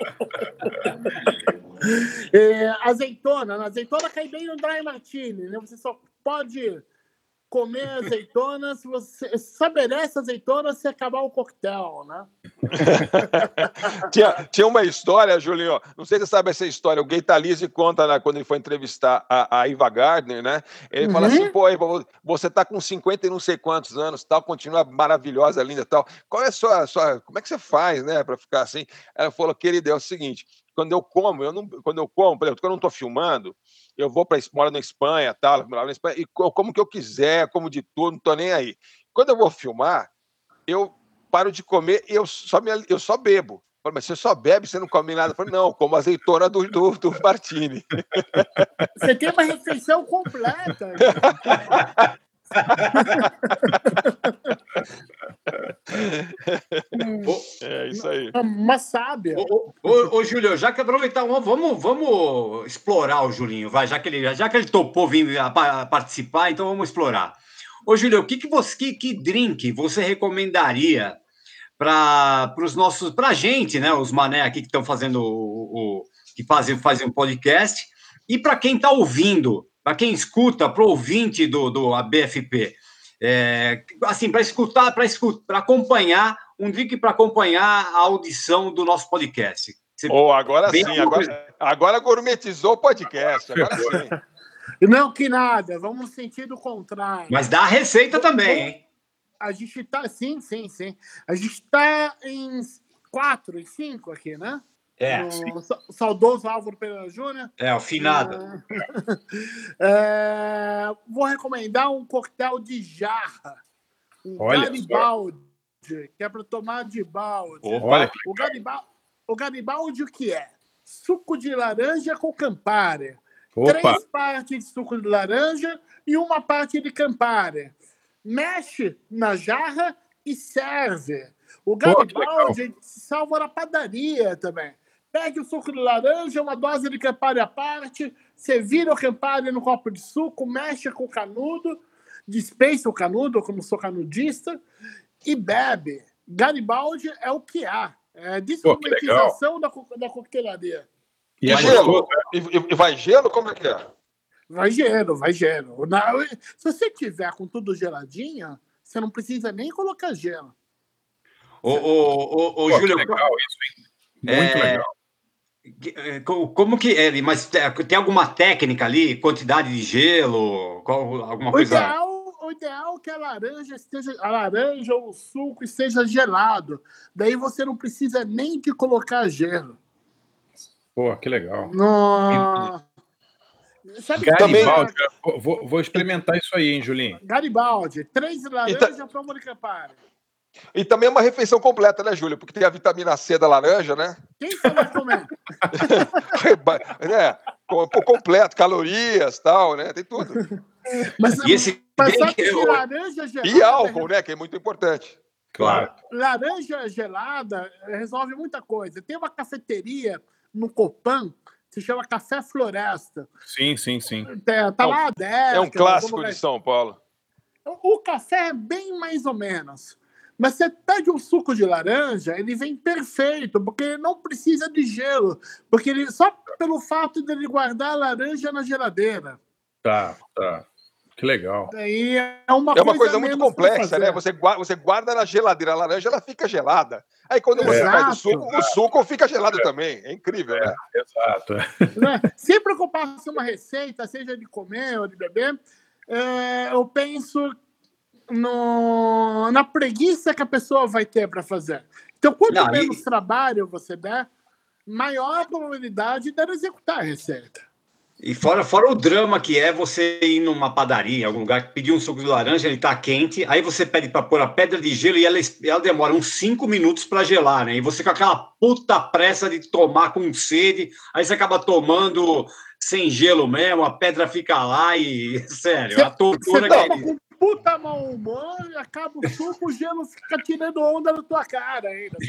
É, azeitona, né? azeitona cai bem no dry martini, né? Você só pode comer azeitona se você só merece azeitona se acabar o coquetel, né? tinha, tinha uma história, Julinho, não sei se você sabe essa história, o Gay Talese conta, né, quando ele foi entrevistar a, a Eva Gardner, né? Ele Uhum. fala assim, pô, Eva, você tá com cinquenta e não sei quantos anos, tal, continua maravilhosa, linda, tal. Qual é a sua, sua como é que você faz, né, para ficar assim? Ela falou, querida, é o seguinte, quando eu como, eu não, quando eu como, por exemplo, quando eu não tô filmando, eu vou para moro na Espanha, tal, morava na Espanha, e eu como o que eu quiser, como de tudo, não tô nem aí. Quando eu vou filmar, eu paro de comer e eu só, me, eu só bebo. Eu falo, mas você só bebe, você não come nada? Eu falo, não, como azeitona do, do, do Martini. Você tem uma refeição completa. É isso aí. Uma sábia. Ô, ô, ô, Júlio, já que aproveitar, vamos, vamos explorar o Julinho, vai, já que ele, já que ele topou vir a, a participar, então vamos explorar. Ô, Júlio, o que, que você, que, que drink você recomendaria para os nossos, para a gente, né, os mané aqui que estão fazendo o, o que fazem, fazem um podcast, e para quem está ouvindo, para quem escuta, para o ouvinte do, do A B F P, é, assim, para escutar, para escutar, para acompanhar, um drink para acompanhar a audição do nosso podcast. Você oh, agora vem sim, agora, agora gourmetizou o podcast, agora sim. Não que nada, vamos no sentido contrário. Mas dá a receita também, hein? A gente está, sim, sim, sim. A gente está em quatro, em cinco aqui, né? É. No saudoso Álvaro Pereira Júnior. É, o finado. É, vou recomendar um coquetel de jarra. Um Olha Garibaldi, que é para tomar de balde. Olha. O Garibaldi, o Garibaldi o que é? Suco de laranja com Campari. Opa. Três partes de suco de laranja e uma parte de Campari. Mexe na jarra e serve. O Garibaldi se salva na padaria também. Pegue o suco de laranja, uma dose de Campari à parte, você vira o Campari no copo de suco, mexe com o canudo, dispensa o canudo, como sou canudista, e bebe. Garibaldi é o que há. É descompletização da, co da coquetelaria. E, e gelo? E, e vai gelo? Como é que é? Vai gelo, vai gelo. Na, se você tiver com tudo geladinho, você não precisa nem colocar gelo. Ô, ô, ô, ô, Júlio, legal isso, hein? Muito é, legal. Como que é? Mas tem alguma técnica ali? Quantidade de gelo? Qual, alguma o coisa? Ideal, o ideal é que a laranja esteja, a laranja ou o suco esteja gelado. Daí você não precisa nem de colocar gelo. Pô, que legal. No... Sabe Garibaldi, que... vou, vou experimentar isso aí, hein, Julinho? Garibaldi, três laranjas então... para uma de Campari. E também é uma refeição completa, né, Júlio? Porque tem a vitamina C da laranja, né? Quem você vai comer? é, completo, calorias, tal, né? Tem tudo. Mas, e esse mas sabe que eu... laranja gelada... E álcool, né? Que é muito importante. Claro. Laranja gelada resolve muita coisa. Tem uma cafeteria no Copan, se chama Café Floresta. Sim, sim, sim. Tá, tá lá dez. É um clássico de São Paulo. O café é bem mais ou menos. Mas você pede um suco de laranja, ele vem perfeito, porque ele não precisa de gelo. Porque ele, só pelo fato de ele guardar a laranja na geladeira. Tá, tá. Que legal. Daí é uma é uma coisa, coisa muito complexa, né? Você guarda, você guarda na geladeira a laranja, ela fica gelada. Aí quando você exato, faz o suco, exato. o suco fica gelado é. também. É incrível, é, né? Exato. Né? Sempre que eu passo uma receita, seja de comer ou de beber, é, eu penso no, na preguiça que a pessoa vai ter para fazer. Então, quanto Não, menos e... trabalho você der, maior a probabilidade de executar a receita. E fora, fora o drama que é você ir numa padaria, em algum lugar, pedir um suco de laranja, ele tá quente, aí você pede para pôr a pedra de gelo e ela, ela demora uns cinco minutos para gelar, né? E você com aquela puta pressa de tomar com sede, aí você acaba tomando sem gelo mesmo, a pedra fica lá e, sério, cê, a tortura que é... com puta mau humor, acaba o suco, o gelo fica tirando onda na tua cara ainda.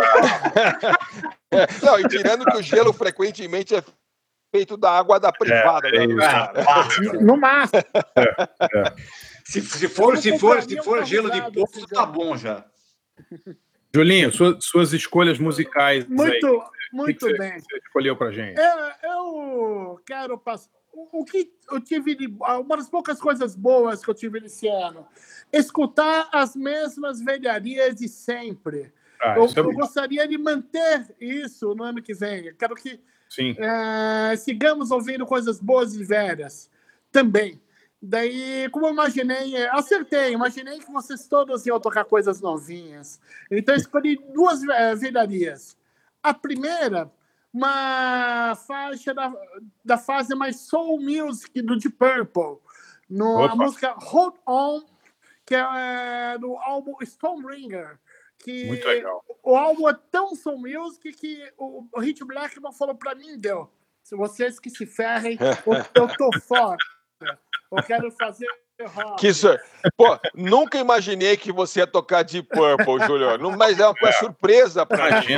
é, não, e tirando que o gelo frequentemente é feito da água da privada. É, né? é, no máximo. É, é. Se, se for, se for, se for gelo de poço, tá bom já. Julinho, suas, suas escolhas musicais. Muito, aí, muito que que bem. Você, você escolheu pra gente? É, eu quero passar. O que eu tive, de, uma das poucas coisas boas que eu tive nesse ano, escutar as mesmas velharias de sempre. Ah, eu, é eu gostaria de manter isso no ano que vem. Eu quero que Sim. É, sigamos ouvindo coisas boas e velhas também. Daí, como eu imaginei, acertei, imaginei que vocês todos iam tocar coisas novinhas. Então, escolhi duas velharias. A primeira, uma faixa da, da fase mais soul music do Deep Purple, no, a música Hold On, que é do álbum Stormbringer. Que muito legal. O álbum é tão soul music que o, o Hit Blackman falou pra mim, deu. Se vocês que se ferrem, eu, eu tô fora. Eu quero fazer rock. Que isso, pô, nunca imaginei que você ia tocar Deep Purple, Júlio. Não, mas é uma coisa surpresa pra gente.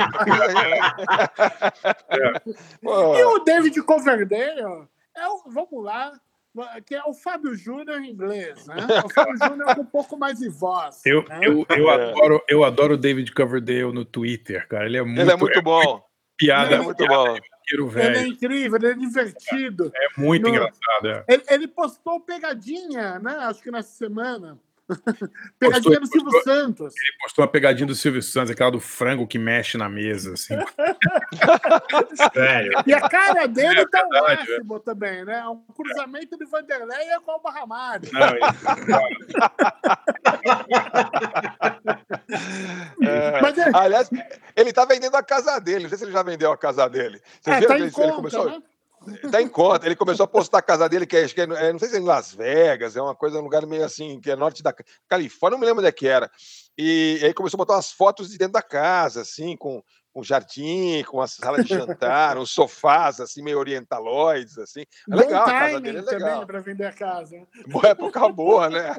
E o David Coverdale, é o, vamos lá, que é o Fábio Júnior em inglês, né? O Fábio Júnior com um pouco mais de voz. Eu, né? eu, eu, adoro, eu adoro o David Coverdale no Twitter, cara. Ele é muito, ele é muito bom. É muito piada, ele é muito piada, bom. Ele é incrível, ele é divertido. É muito no, engraçado. É. Ele, ele postou pegadinha, né? Acho que nessa semana. Pegadinha Postou, do Silvio postou, Santos. Ele postou uma pegadinha do Silvio Santos, aquela do frango que mexe na mesa, assim. Sério. E a cara dele É tá o verdade, máximo também, né? É um cruzamento de Vanderlei com o Ramalho. Não, ele- É, Mas é- Aliás, ele tá vendendo a casa dele. Não sei se ele já vendeu a casa dele. Vocês É, viram tá que em ele, conta, ele começou. né? Tá em conta. Ele começou a postar a casa dele, que é, acho que é, é, não sei se é em Las Vegas, é uma coisa, um lugar meio assim, que é norte da Califórnia, não me lembro onde é que era. E, e aí começou a botar umas fotos de dentro da casa, assim, com com jardim, com a sala de jantar, uns sofás, assim, meio orientaloides, assim. É Bom legal, a casa timing dele é também legal. para vender a casa. Boa época boa, né?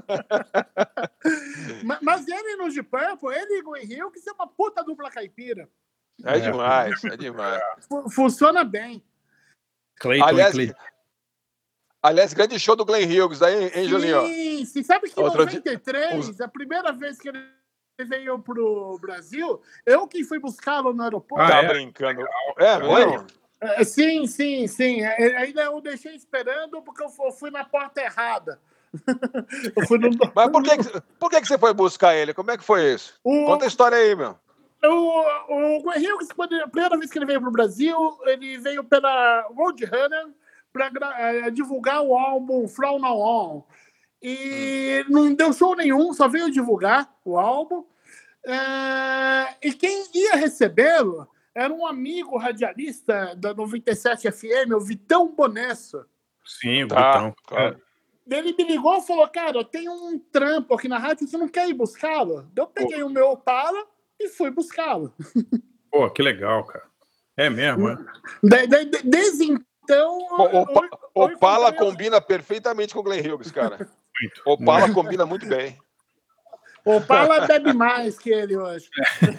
Ma- Mas ele no Deep Purple, ele e o Glenn Hughes é uma puta dupla caipira. É demais, é demais. Fu- Funciona bem. Clayton Aliás, e Clayton. aliás, grande show do Glenn Hughes aí, hein, Julinho? Sim, sim. Sabe que em Outro dia- noventa e três, a primeira vez que ele veio pro Brasil, eu que fui buscá-lo no aeroporto. Ah, Tá é? brincando. É, mesmo? É, sim, sim, sim. É, ainda eu deixei esperando porque eu fu- fui na porta errada. Eu fui no... Mas por que, que- por que, que você foi buscar ele? Como é que foi isso? O- Conta a história aí, meu. O, o Glenn Hughes, quando ele- a primeira vez que ele veio para o Brasil, ele veio pela Roadrunner para divulgar o álbum From Now On. E não deu show nenhum, só veio divulgar o álbum. É, e quem ia recebê-lo era um amigo radialista da noventa e sete F M, o Vitão Bonesso. Sim, o Tá, Vitão. claro. Ele me ligou e falou, cara, eu tenho um trampo aqui na rádio, você não quer ir buscá-lo? Eu peguei o meu Opala e fui buscá-lo. Pô, que legal, cara. É mesmo, é? Da- da- da- Desde então... O, eu- o, eu- o eu Opala encontrei- combina perfeitamente com o Glenn Hughes, cara. Muito. O Opala combina muito bem. O Opala bebe mais que ele hoje.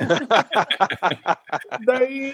Daí...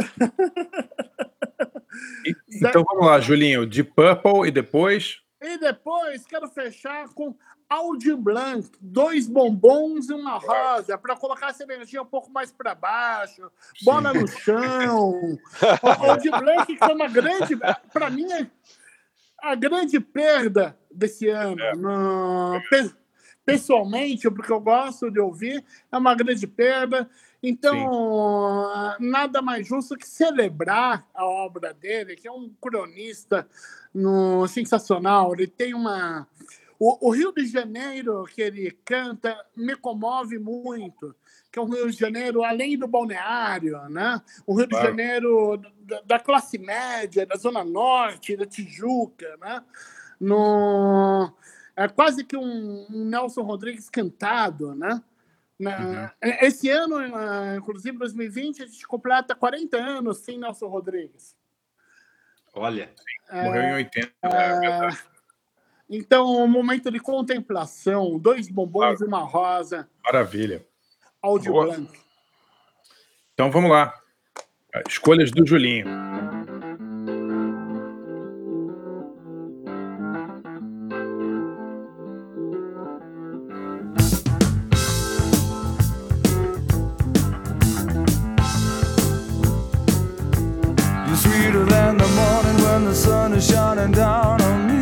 E- Então vamos lá, Julinho. Deep Purple e depois. E depois quero fechar com Audi Blanc, dois bombons e uma rosa, para colocar essa energia um pouco mais para baixo, bola no chão. O Audi Blanc que foi uma grande, para mim, é a grande perda desse ano. No- pe- pessoalmente, porque eu gosto de ouvir, é uma grande perda. Então, nada mais justo que celebrar a obra dele, que é um cronista no, sensacional. Ele tem uma... O, o Rio de Janeiro que ele canta me comove muito, que é um Rio de Janeiro além do balneário, né? Um Rio de Claro. Janeiro da, da classe média, da Zona Norte, da Tijuca, né? No, é quase que um, um Nelson Rodrigues cantado, né? Na- Esse ano, ah, inclusive dois mil e vinte, a gente completa quarenta anos sem Nelson Rodrigues. Olha, Morreu em oitenta. É verdade. Então, um momento de contemplação, dois bombons e uma rosa, Maravilha. Audi Boa. Blanc. Então vamos lá. Escolhas do Julinho. You're sweeter than the morning when the sun is shining down on me.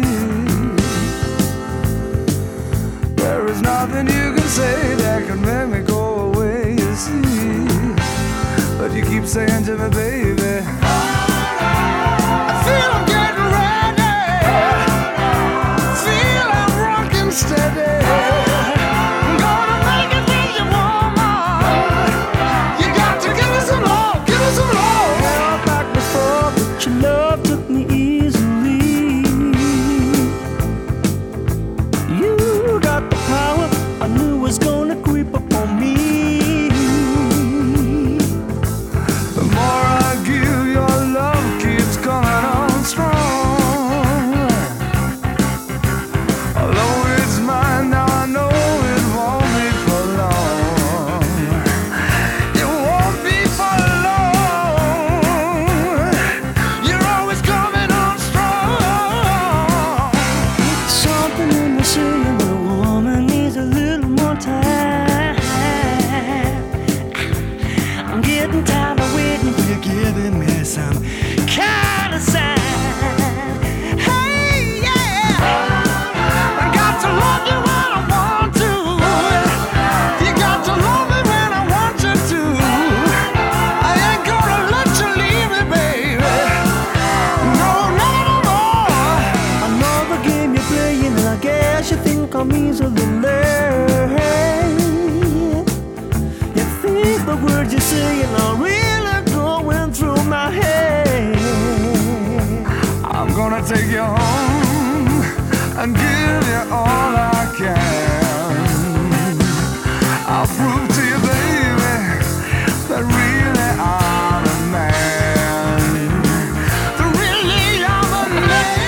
There is nothing you can say that can make me go away, you see. But you keep saying to me, baby, I feel I'm getting ready. Feel I'm rocking steady. I'm gonna make it with you, woman. You got to give me some love, give me some love. Yeah, back before, but your love took me easily. You got the power I knew was gonna creep up on me. The more I you say when a woman needs a little more time? I'm getting tired of waiting for you giving me some kind of sign. Hey, yeah, I got to love you when I want to. You got to love me when I want you to. I ain't gonna let you leave me, baby. No, no, no, no. I know the game you're playing, and I guess you think I'm easily led. You think the words you're saying are really going through my head. I'm gonna take you home and give you all I can. I'll prove to you, baby, that really I'm a man. That really I'm a man.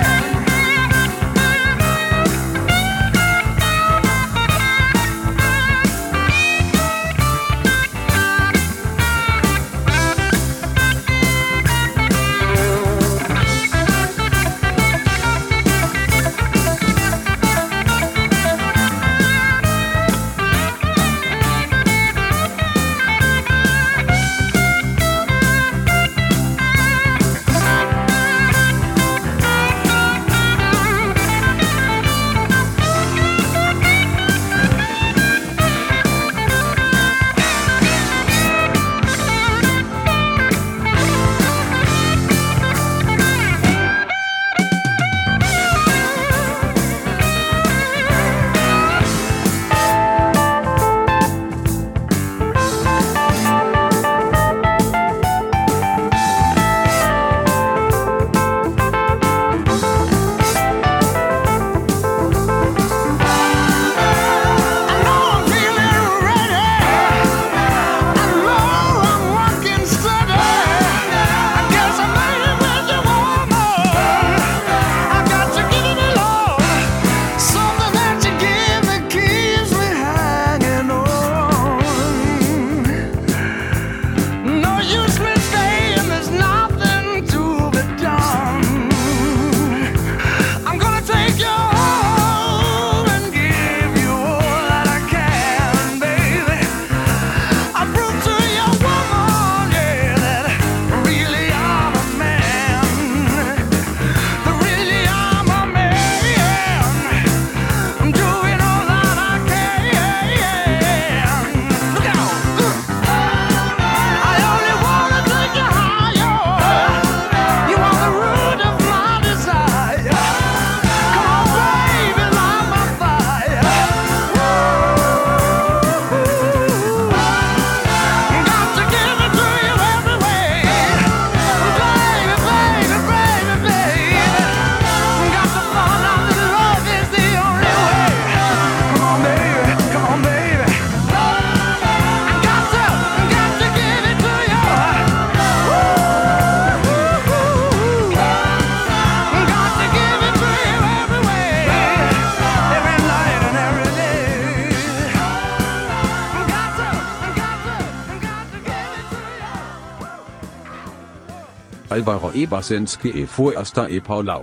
Alvaro Ebersenski e Forasta e Paulau.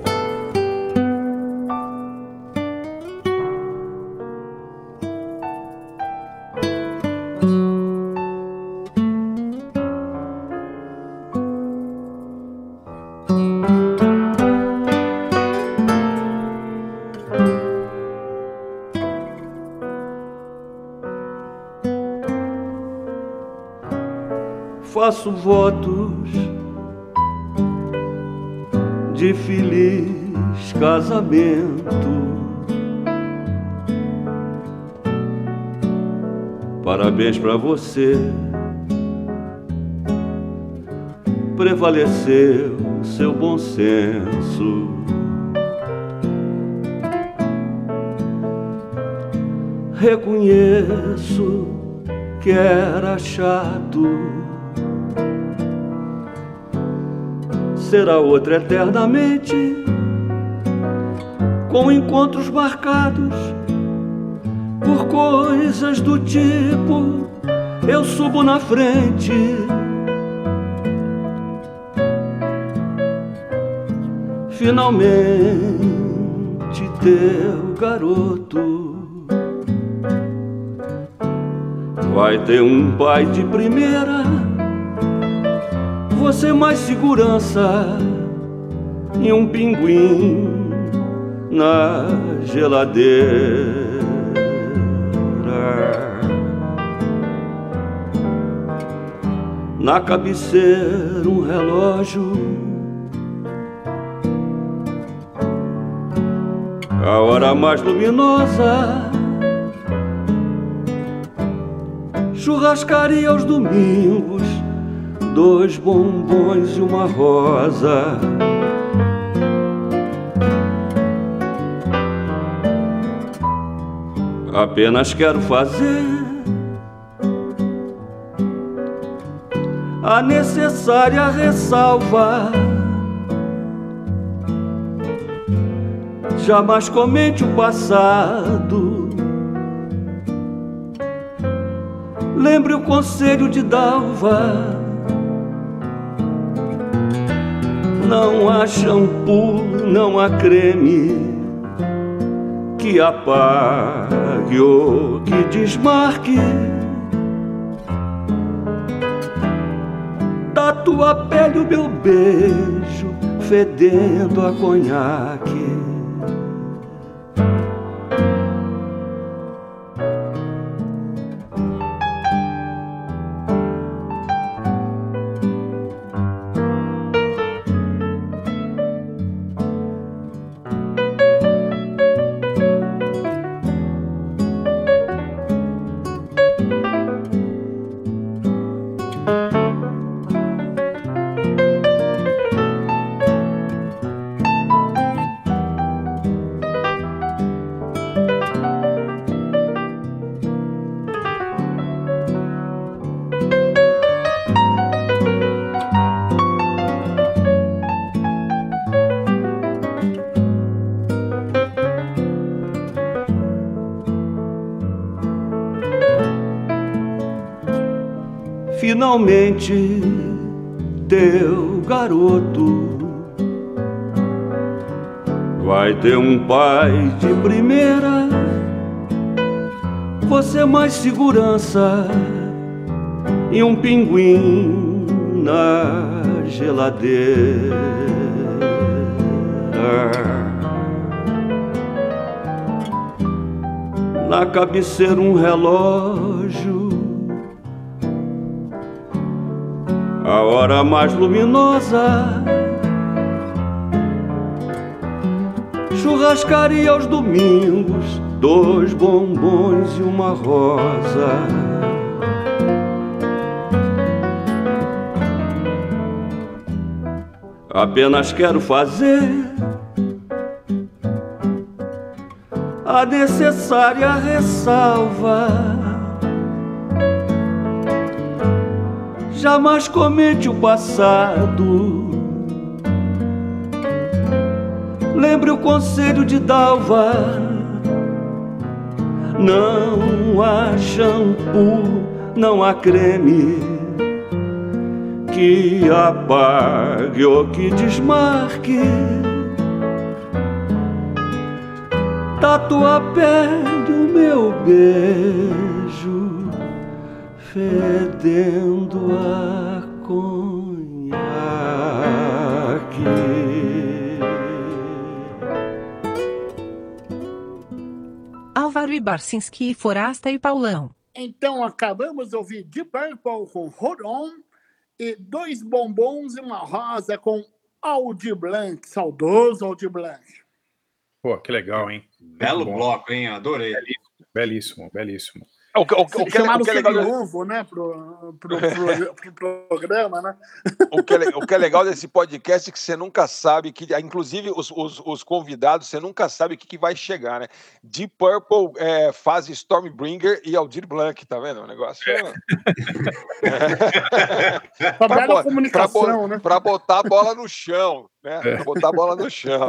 Faço votos de feliz casamento. Parabéns pra você, prevaleceu seu bom senso. Reconheço que era chato ser a outra eternamente, com encontros marcados por coisas do tipo: eu subo na frente, finalmente finalmente teu garoto vai ter um pai de primeira, você mais segurança e um pinguim na geladeira. Na cabeceira um relógio, a hora mais luminosa, churrascaria aos domingos, dois bombons e uma rosa. Apenas quero fazer a necessária ressalva. Jamais comente o passado. Lembre o conselho de Dalva. Não há shampoo, não há creme que apague ou que desmarque da tua pele o meu beijo fedendo a conhaque. Finalmente, teu garoto vai ter um pai de primeira, você mais segurança e um pinguim na geladeira. Na cabeceira um relógio, a hora mais luminosa, churrascaria aos domingos, dois bombons e uma rosa. Apenas quero fazer a necessária ressalva. Jamais comente o passado. Lembre o conselho de Dalva. Não há shampoo, não há creme que apague ou que desmarque da tua pele o meu beijo fedendo a conhaque. Álvaro Ibarcinski, Forasta e Paulão. Então, acabamos de ouvir Deep Purple com Hold On e Dois Bombons e uma Rosa com Aldir Blanc, saudoso Aldir Blanc. Pô, que legal, hein? Belo bloco, hein? Adorei. Belíssimo, belíssimo. belíssimo. O, o, o, o, que, Chamaram o que é legal desse... novo, né, pro, pro, pro, pro programa, né? O que, é, o que é legal desse podcast é que você nunca sabe, que, inclusive os, os, os convidados, você nunca sabe o que, que vai chegar, né? Deep Purple é, faz Stormbringer e Aldir Blanc, tá vendo? O negócio é... é. Pra, pra, bela comunicação, pra, né? Pra botar a bola no chão, né? Pra botar a bola no chão.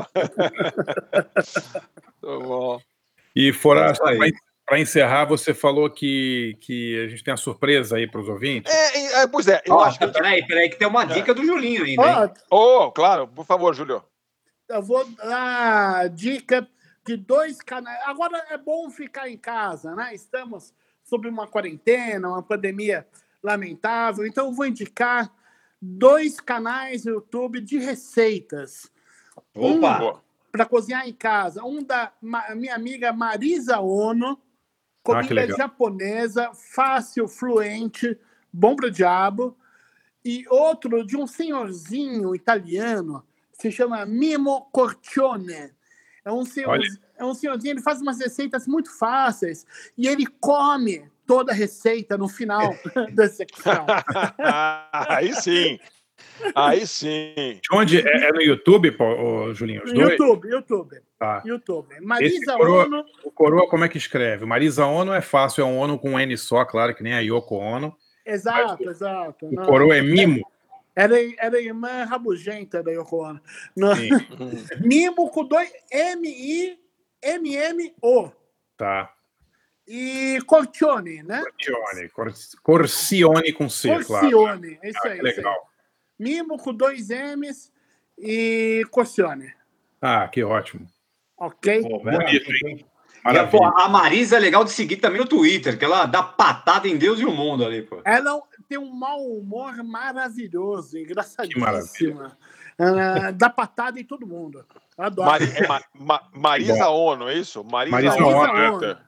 Muito bom. E Forasta, para encerrar, você falou que, que a gente tem uma surpresa aí para os ouvintes. É, é, pois é. Eu oh, acho que... Peraí, peraí, que tem uma dica é. do Julinho ainda. Oh, oh, claro, por favor, Júlio. Eu vou dar a dica de dois canais. Agora é bom ficar em casa, né? Estamos sob uma quarentena, uma pandemia lamentável. Então, eu vou indicar dois canais no YouTube de receitas. Opa! Um para cozinhar em casa. Um da ma- minha amiga Marisa Ono, comida legal. japonesa, fácil, fluente, bom para o diabo. E outro de um senhorzinho italiano, se chama Mimo Corcione. É um, senhor, Olha. é um senhorzinho, ele faz umas receitas muito fáceis e ele come toda a receita no final da execução. Aí sim. Aí sim. De onde? É, é no YouTube, pô, ô, Julinho? Os dois? YouTube, YouTube. Tá. YouTube. Esse Marisa coroa, Ono. o coroa, como é que escreve? Marisa Ono é fácil, é um Ono com um N só, claro, que nem a Yoko Ono. Exato, o, exato. O coroa é Mimo. Era, era a irmã rabugenta da Yoko Ono. Não. Sim. Mimo com dois M I M M O. Tá. E Corcione, né? Corcione. Cor, Corcione com C, claro. Corcione, é isso Ah, aí. que isso aí. legal. Mimo com dois M's e Corcione. Ah, que ótimo. Ok? Pô, Bonito, velho. hein? E a, pô, Maravilha. a Marisa é legal de seguir também no Twitter, que ela dá patada em Deus e o mundo ali, pô. Ela tem um mau humor maravilhoso, engraçadíssima. Que Ela dá patada em todo mundo. Eu adoro. Mari- é Ma- Ma- Marisa Ono, é isso? Marisa, Marisa Ono. Ono. Ono. Twitter.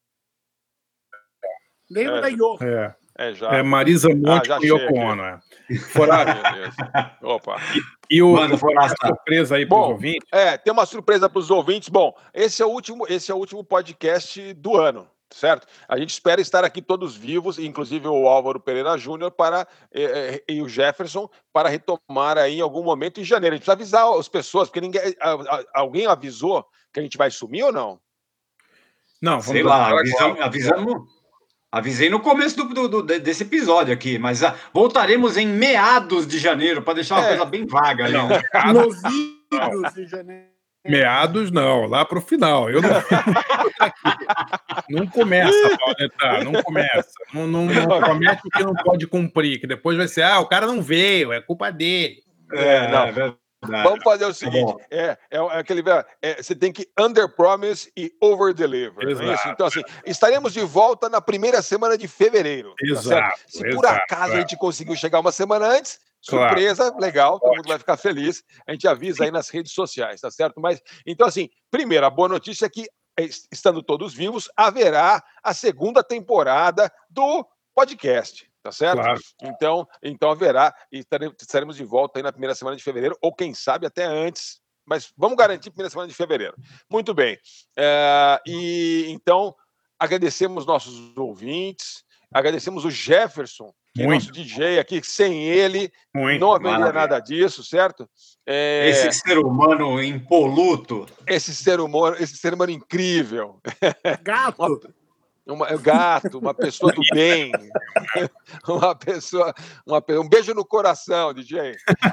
Lembra É. da Yoko. É, É, já. é Marisa Monte Ah, já com achei Yoko aqui. Ono. É. Fora, Meu Deus. Opa. e o, Manda, a Forasta. surpresa aí para os Bom, ouvintes. é, tem uma surpresa para os ouvintes. Bom, esse é o último, esse é o último podcast do ano, certo? A gente espera estar aqui todos vivos, inclusive o Álvaro Pereira Júnior para eh, eh, e o Jefferson para retomar aí em algum momento em janeiro. A gente precisa avisar as pessoas, porque ninguém, a- a- alguém avisou que a gente vai sumir ou não? Não, Sei vamos lá, agora. avisamos, avisamos- avisei no começo do, do- do- desse episódio aqui, mas ah, voltaremos em meados de janeiro, para deixar uma É. coisa bem vaga ali. Não, né? meados, Nos idos de janeiro. meados não, lá para o final. Eu não, não começa, Paulo Netá, não começa. Não, não, não promete o que não pode cumprir, que depois vai ser, ah, o cara não veio, é culpa dele. É, Não. é verdade. Vamos fazer o seguinte: bom. é, é, é aquele velho, é, você tem que under promise e over deliver. Não é isso? Exato. Então, assim, estaremos de volta na primeira semana de fevereiro. tá Exato, certo? Se por exato, acaso é. a gente conseguiu chegar uma semana antes, Claro. surpresa, legal, todo mundo vai ficar feliz. A gente avisa aí nas redes sociais, tá certo? Mas, então, assim, primeiro, a boa notícia é que, eh, estando todos vivos, haverá a segunda temporada do podcast. Tá certo? Claro. Então, então haverá, e estare- estaremos de volta aí na primeira semana de fevereiro, ou quem sabe até antes, mas vamos garantir primeira semana de fevereiro. Muito bem. É, e então, agradecemos nossos ouvintes, agradecemos o Jefferson, que é Muito. nosso D J aqui, sem ele Muito. não haveria maravilha. nada disso, certo? É, Esse ser humano impoluto. esse ser humano, esse ser humano incrível. Gato. Uma, é gato, uma pessoa do bem, uma pessoa, uma, pe- um beijo no coração, D J.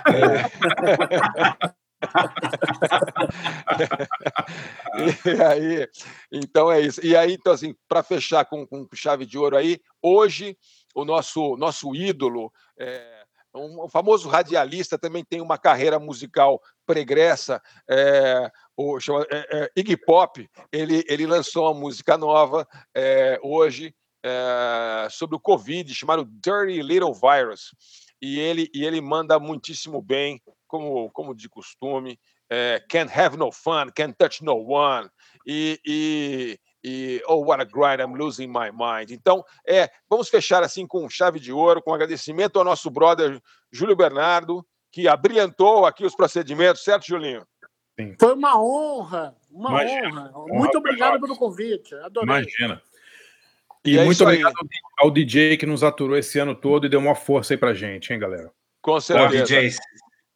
É. E aí, então é isso. E aí, então assim, para fechar com, com chave de ouro aí, hoje o nosso nosso ídolo, é, um, um famoso radialista, também tem uma carreira musical pregressa. É, o chama, é, é, Iggy Pop, ele, ele lançou uma música nova é, hoje é, sobre o Covid, chamado Dirty Little Virus, e ele, e ele manda muitíssimo bem, como, como de costume. É, can't have no fun, can't touch no one, e, e, e oh, what a grind, I'm losing my mind. Então, é, vamos fechar assim com chave de ouro, com agradecimento ao nosso brother Júlio Bernardo, que abrilhantou aqui os procedimentos, certo, Julinho? Foi uma honra, uma Imagina. honra. Muito Honra obrigado foi pelo convite. Adorei. Imagina. E E, é muito isso aí. obrigado ao D J que nos aturou esse ano todo e deu uma força aí pra gente, hein, galera? Com Pô, certeza. D J,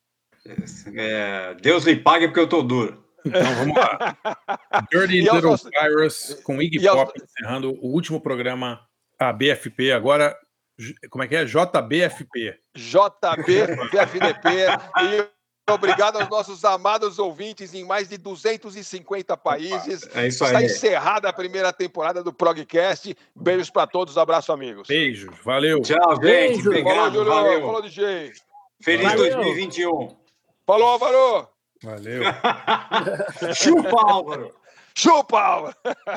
é, Deus lhe pague porque eu tô duro. Então vamos lá. Dirty E aos Little nossos- Virus com Iggy e aos- Pop encerrando o último programa A B F P. Agora, J- como é que é? J B F P. J B, P F D P, e obrigado aos nossos amados ouvintes em mais de duzentos e cinquenta países. É isso Está aí. encerrada a primeira temporada do Progcast. Beijos para todos, abraço, amigos. Beijos, valeu. Tchau, gente. Beijo. Falou, Obrigado. Júlio. Valeu. Falou, D J. Feliz Valeu. dois mil e vinte e um. Falou, Álvaro. Valeu. Chupa, Álvaro. Chupa, Álvaro!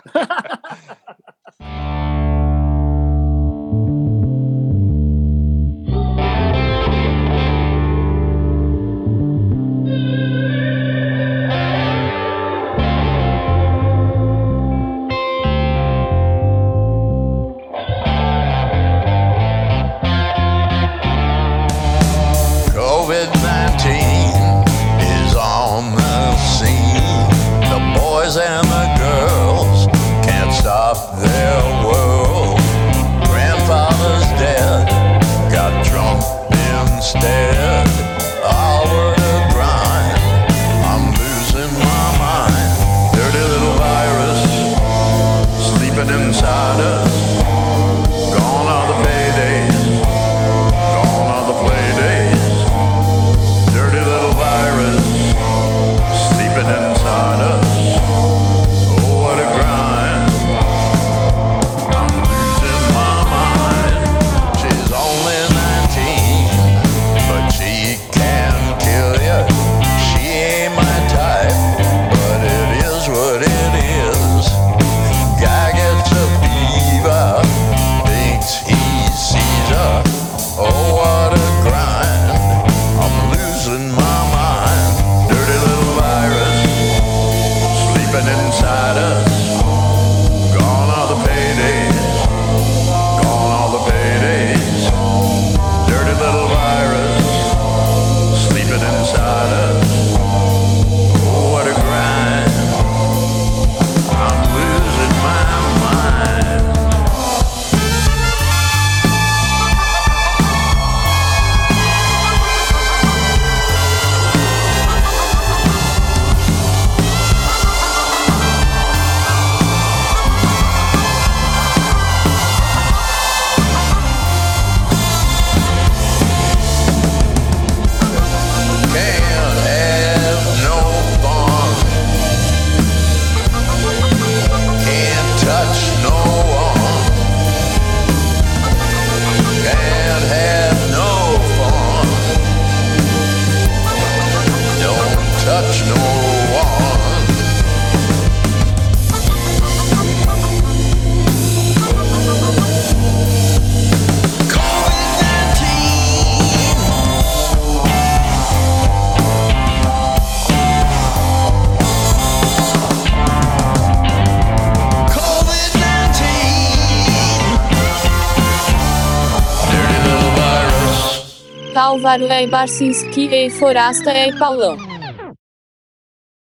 COVID nineteen is on the scene. The boys and the girls can't stop their world. Grandfather's dead, got drunk instead. Hour to grind, I'm losing my mind. Dirty little virus sleeping inside us. Gone are the paydays, gone are the playdays. Dirty little virus sleeping inside us. Oh, what a grind. I'm losing my mind. She's only nineteen, but she can kill you. She ain't my type, but it is what it is. Guy gets a fever, thinks he sees her. Oh, what a grind. I'm losing my mind. Dirty little virus sleeping inside us. Gone are the paydays, gone are the paydays. Dirty little virus sleeping inside us. Oh, what a grind. I'm losing my mind. Can't have no fun. Can't touch no one. Can't have no fun. Don't touch no one. COVID nineteen. COVID nineteen. Dirty little virus. Álvaro e Barcinski e Forasta e Paulão.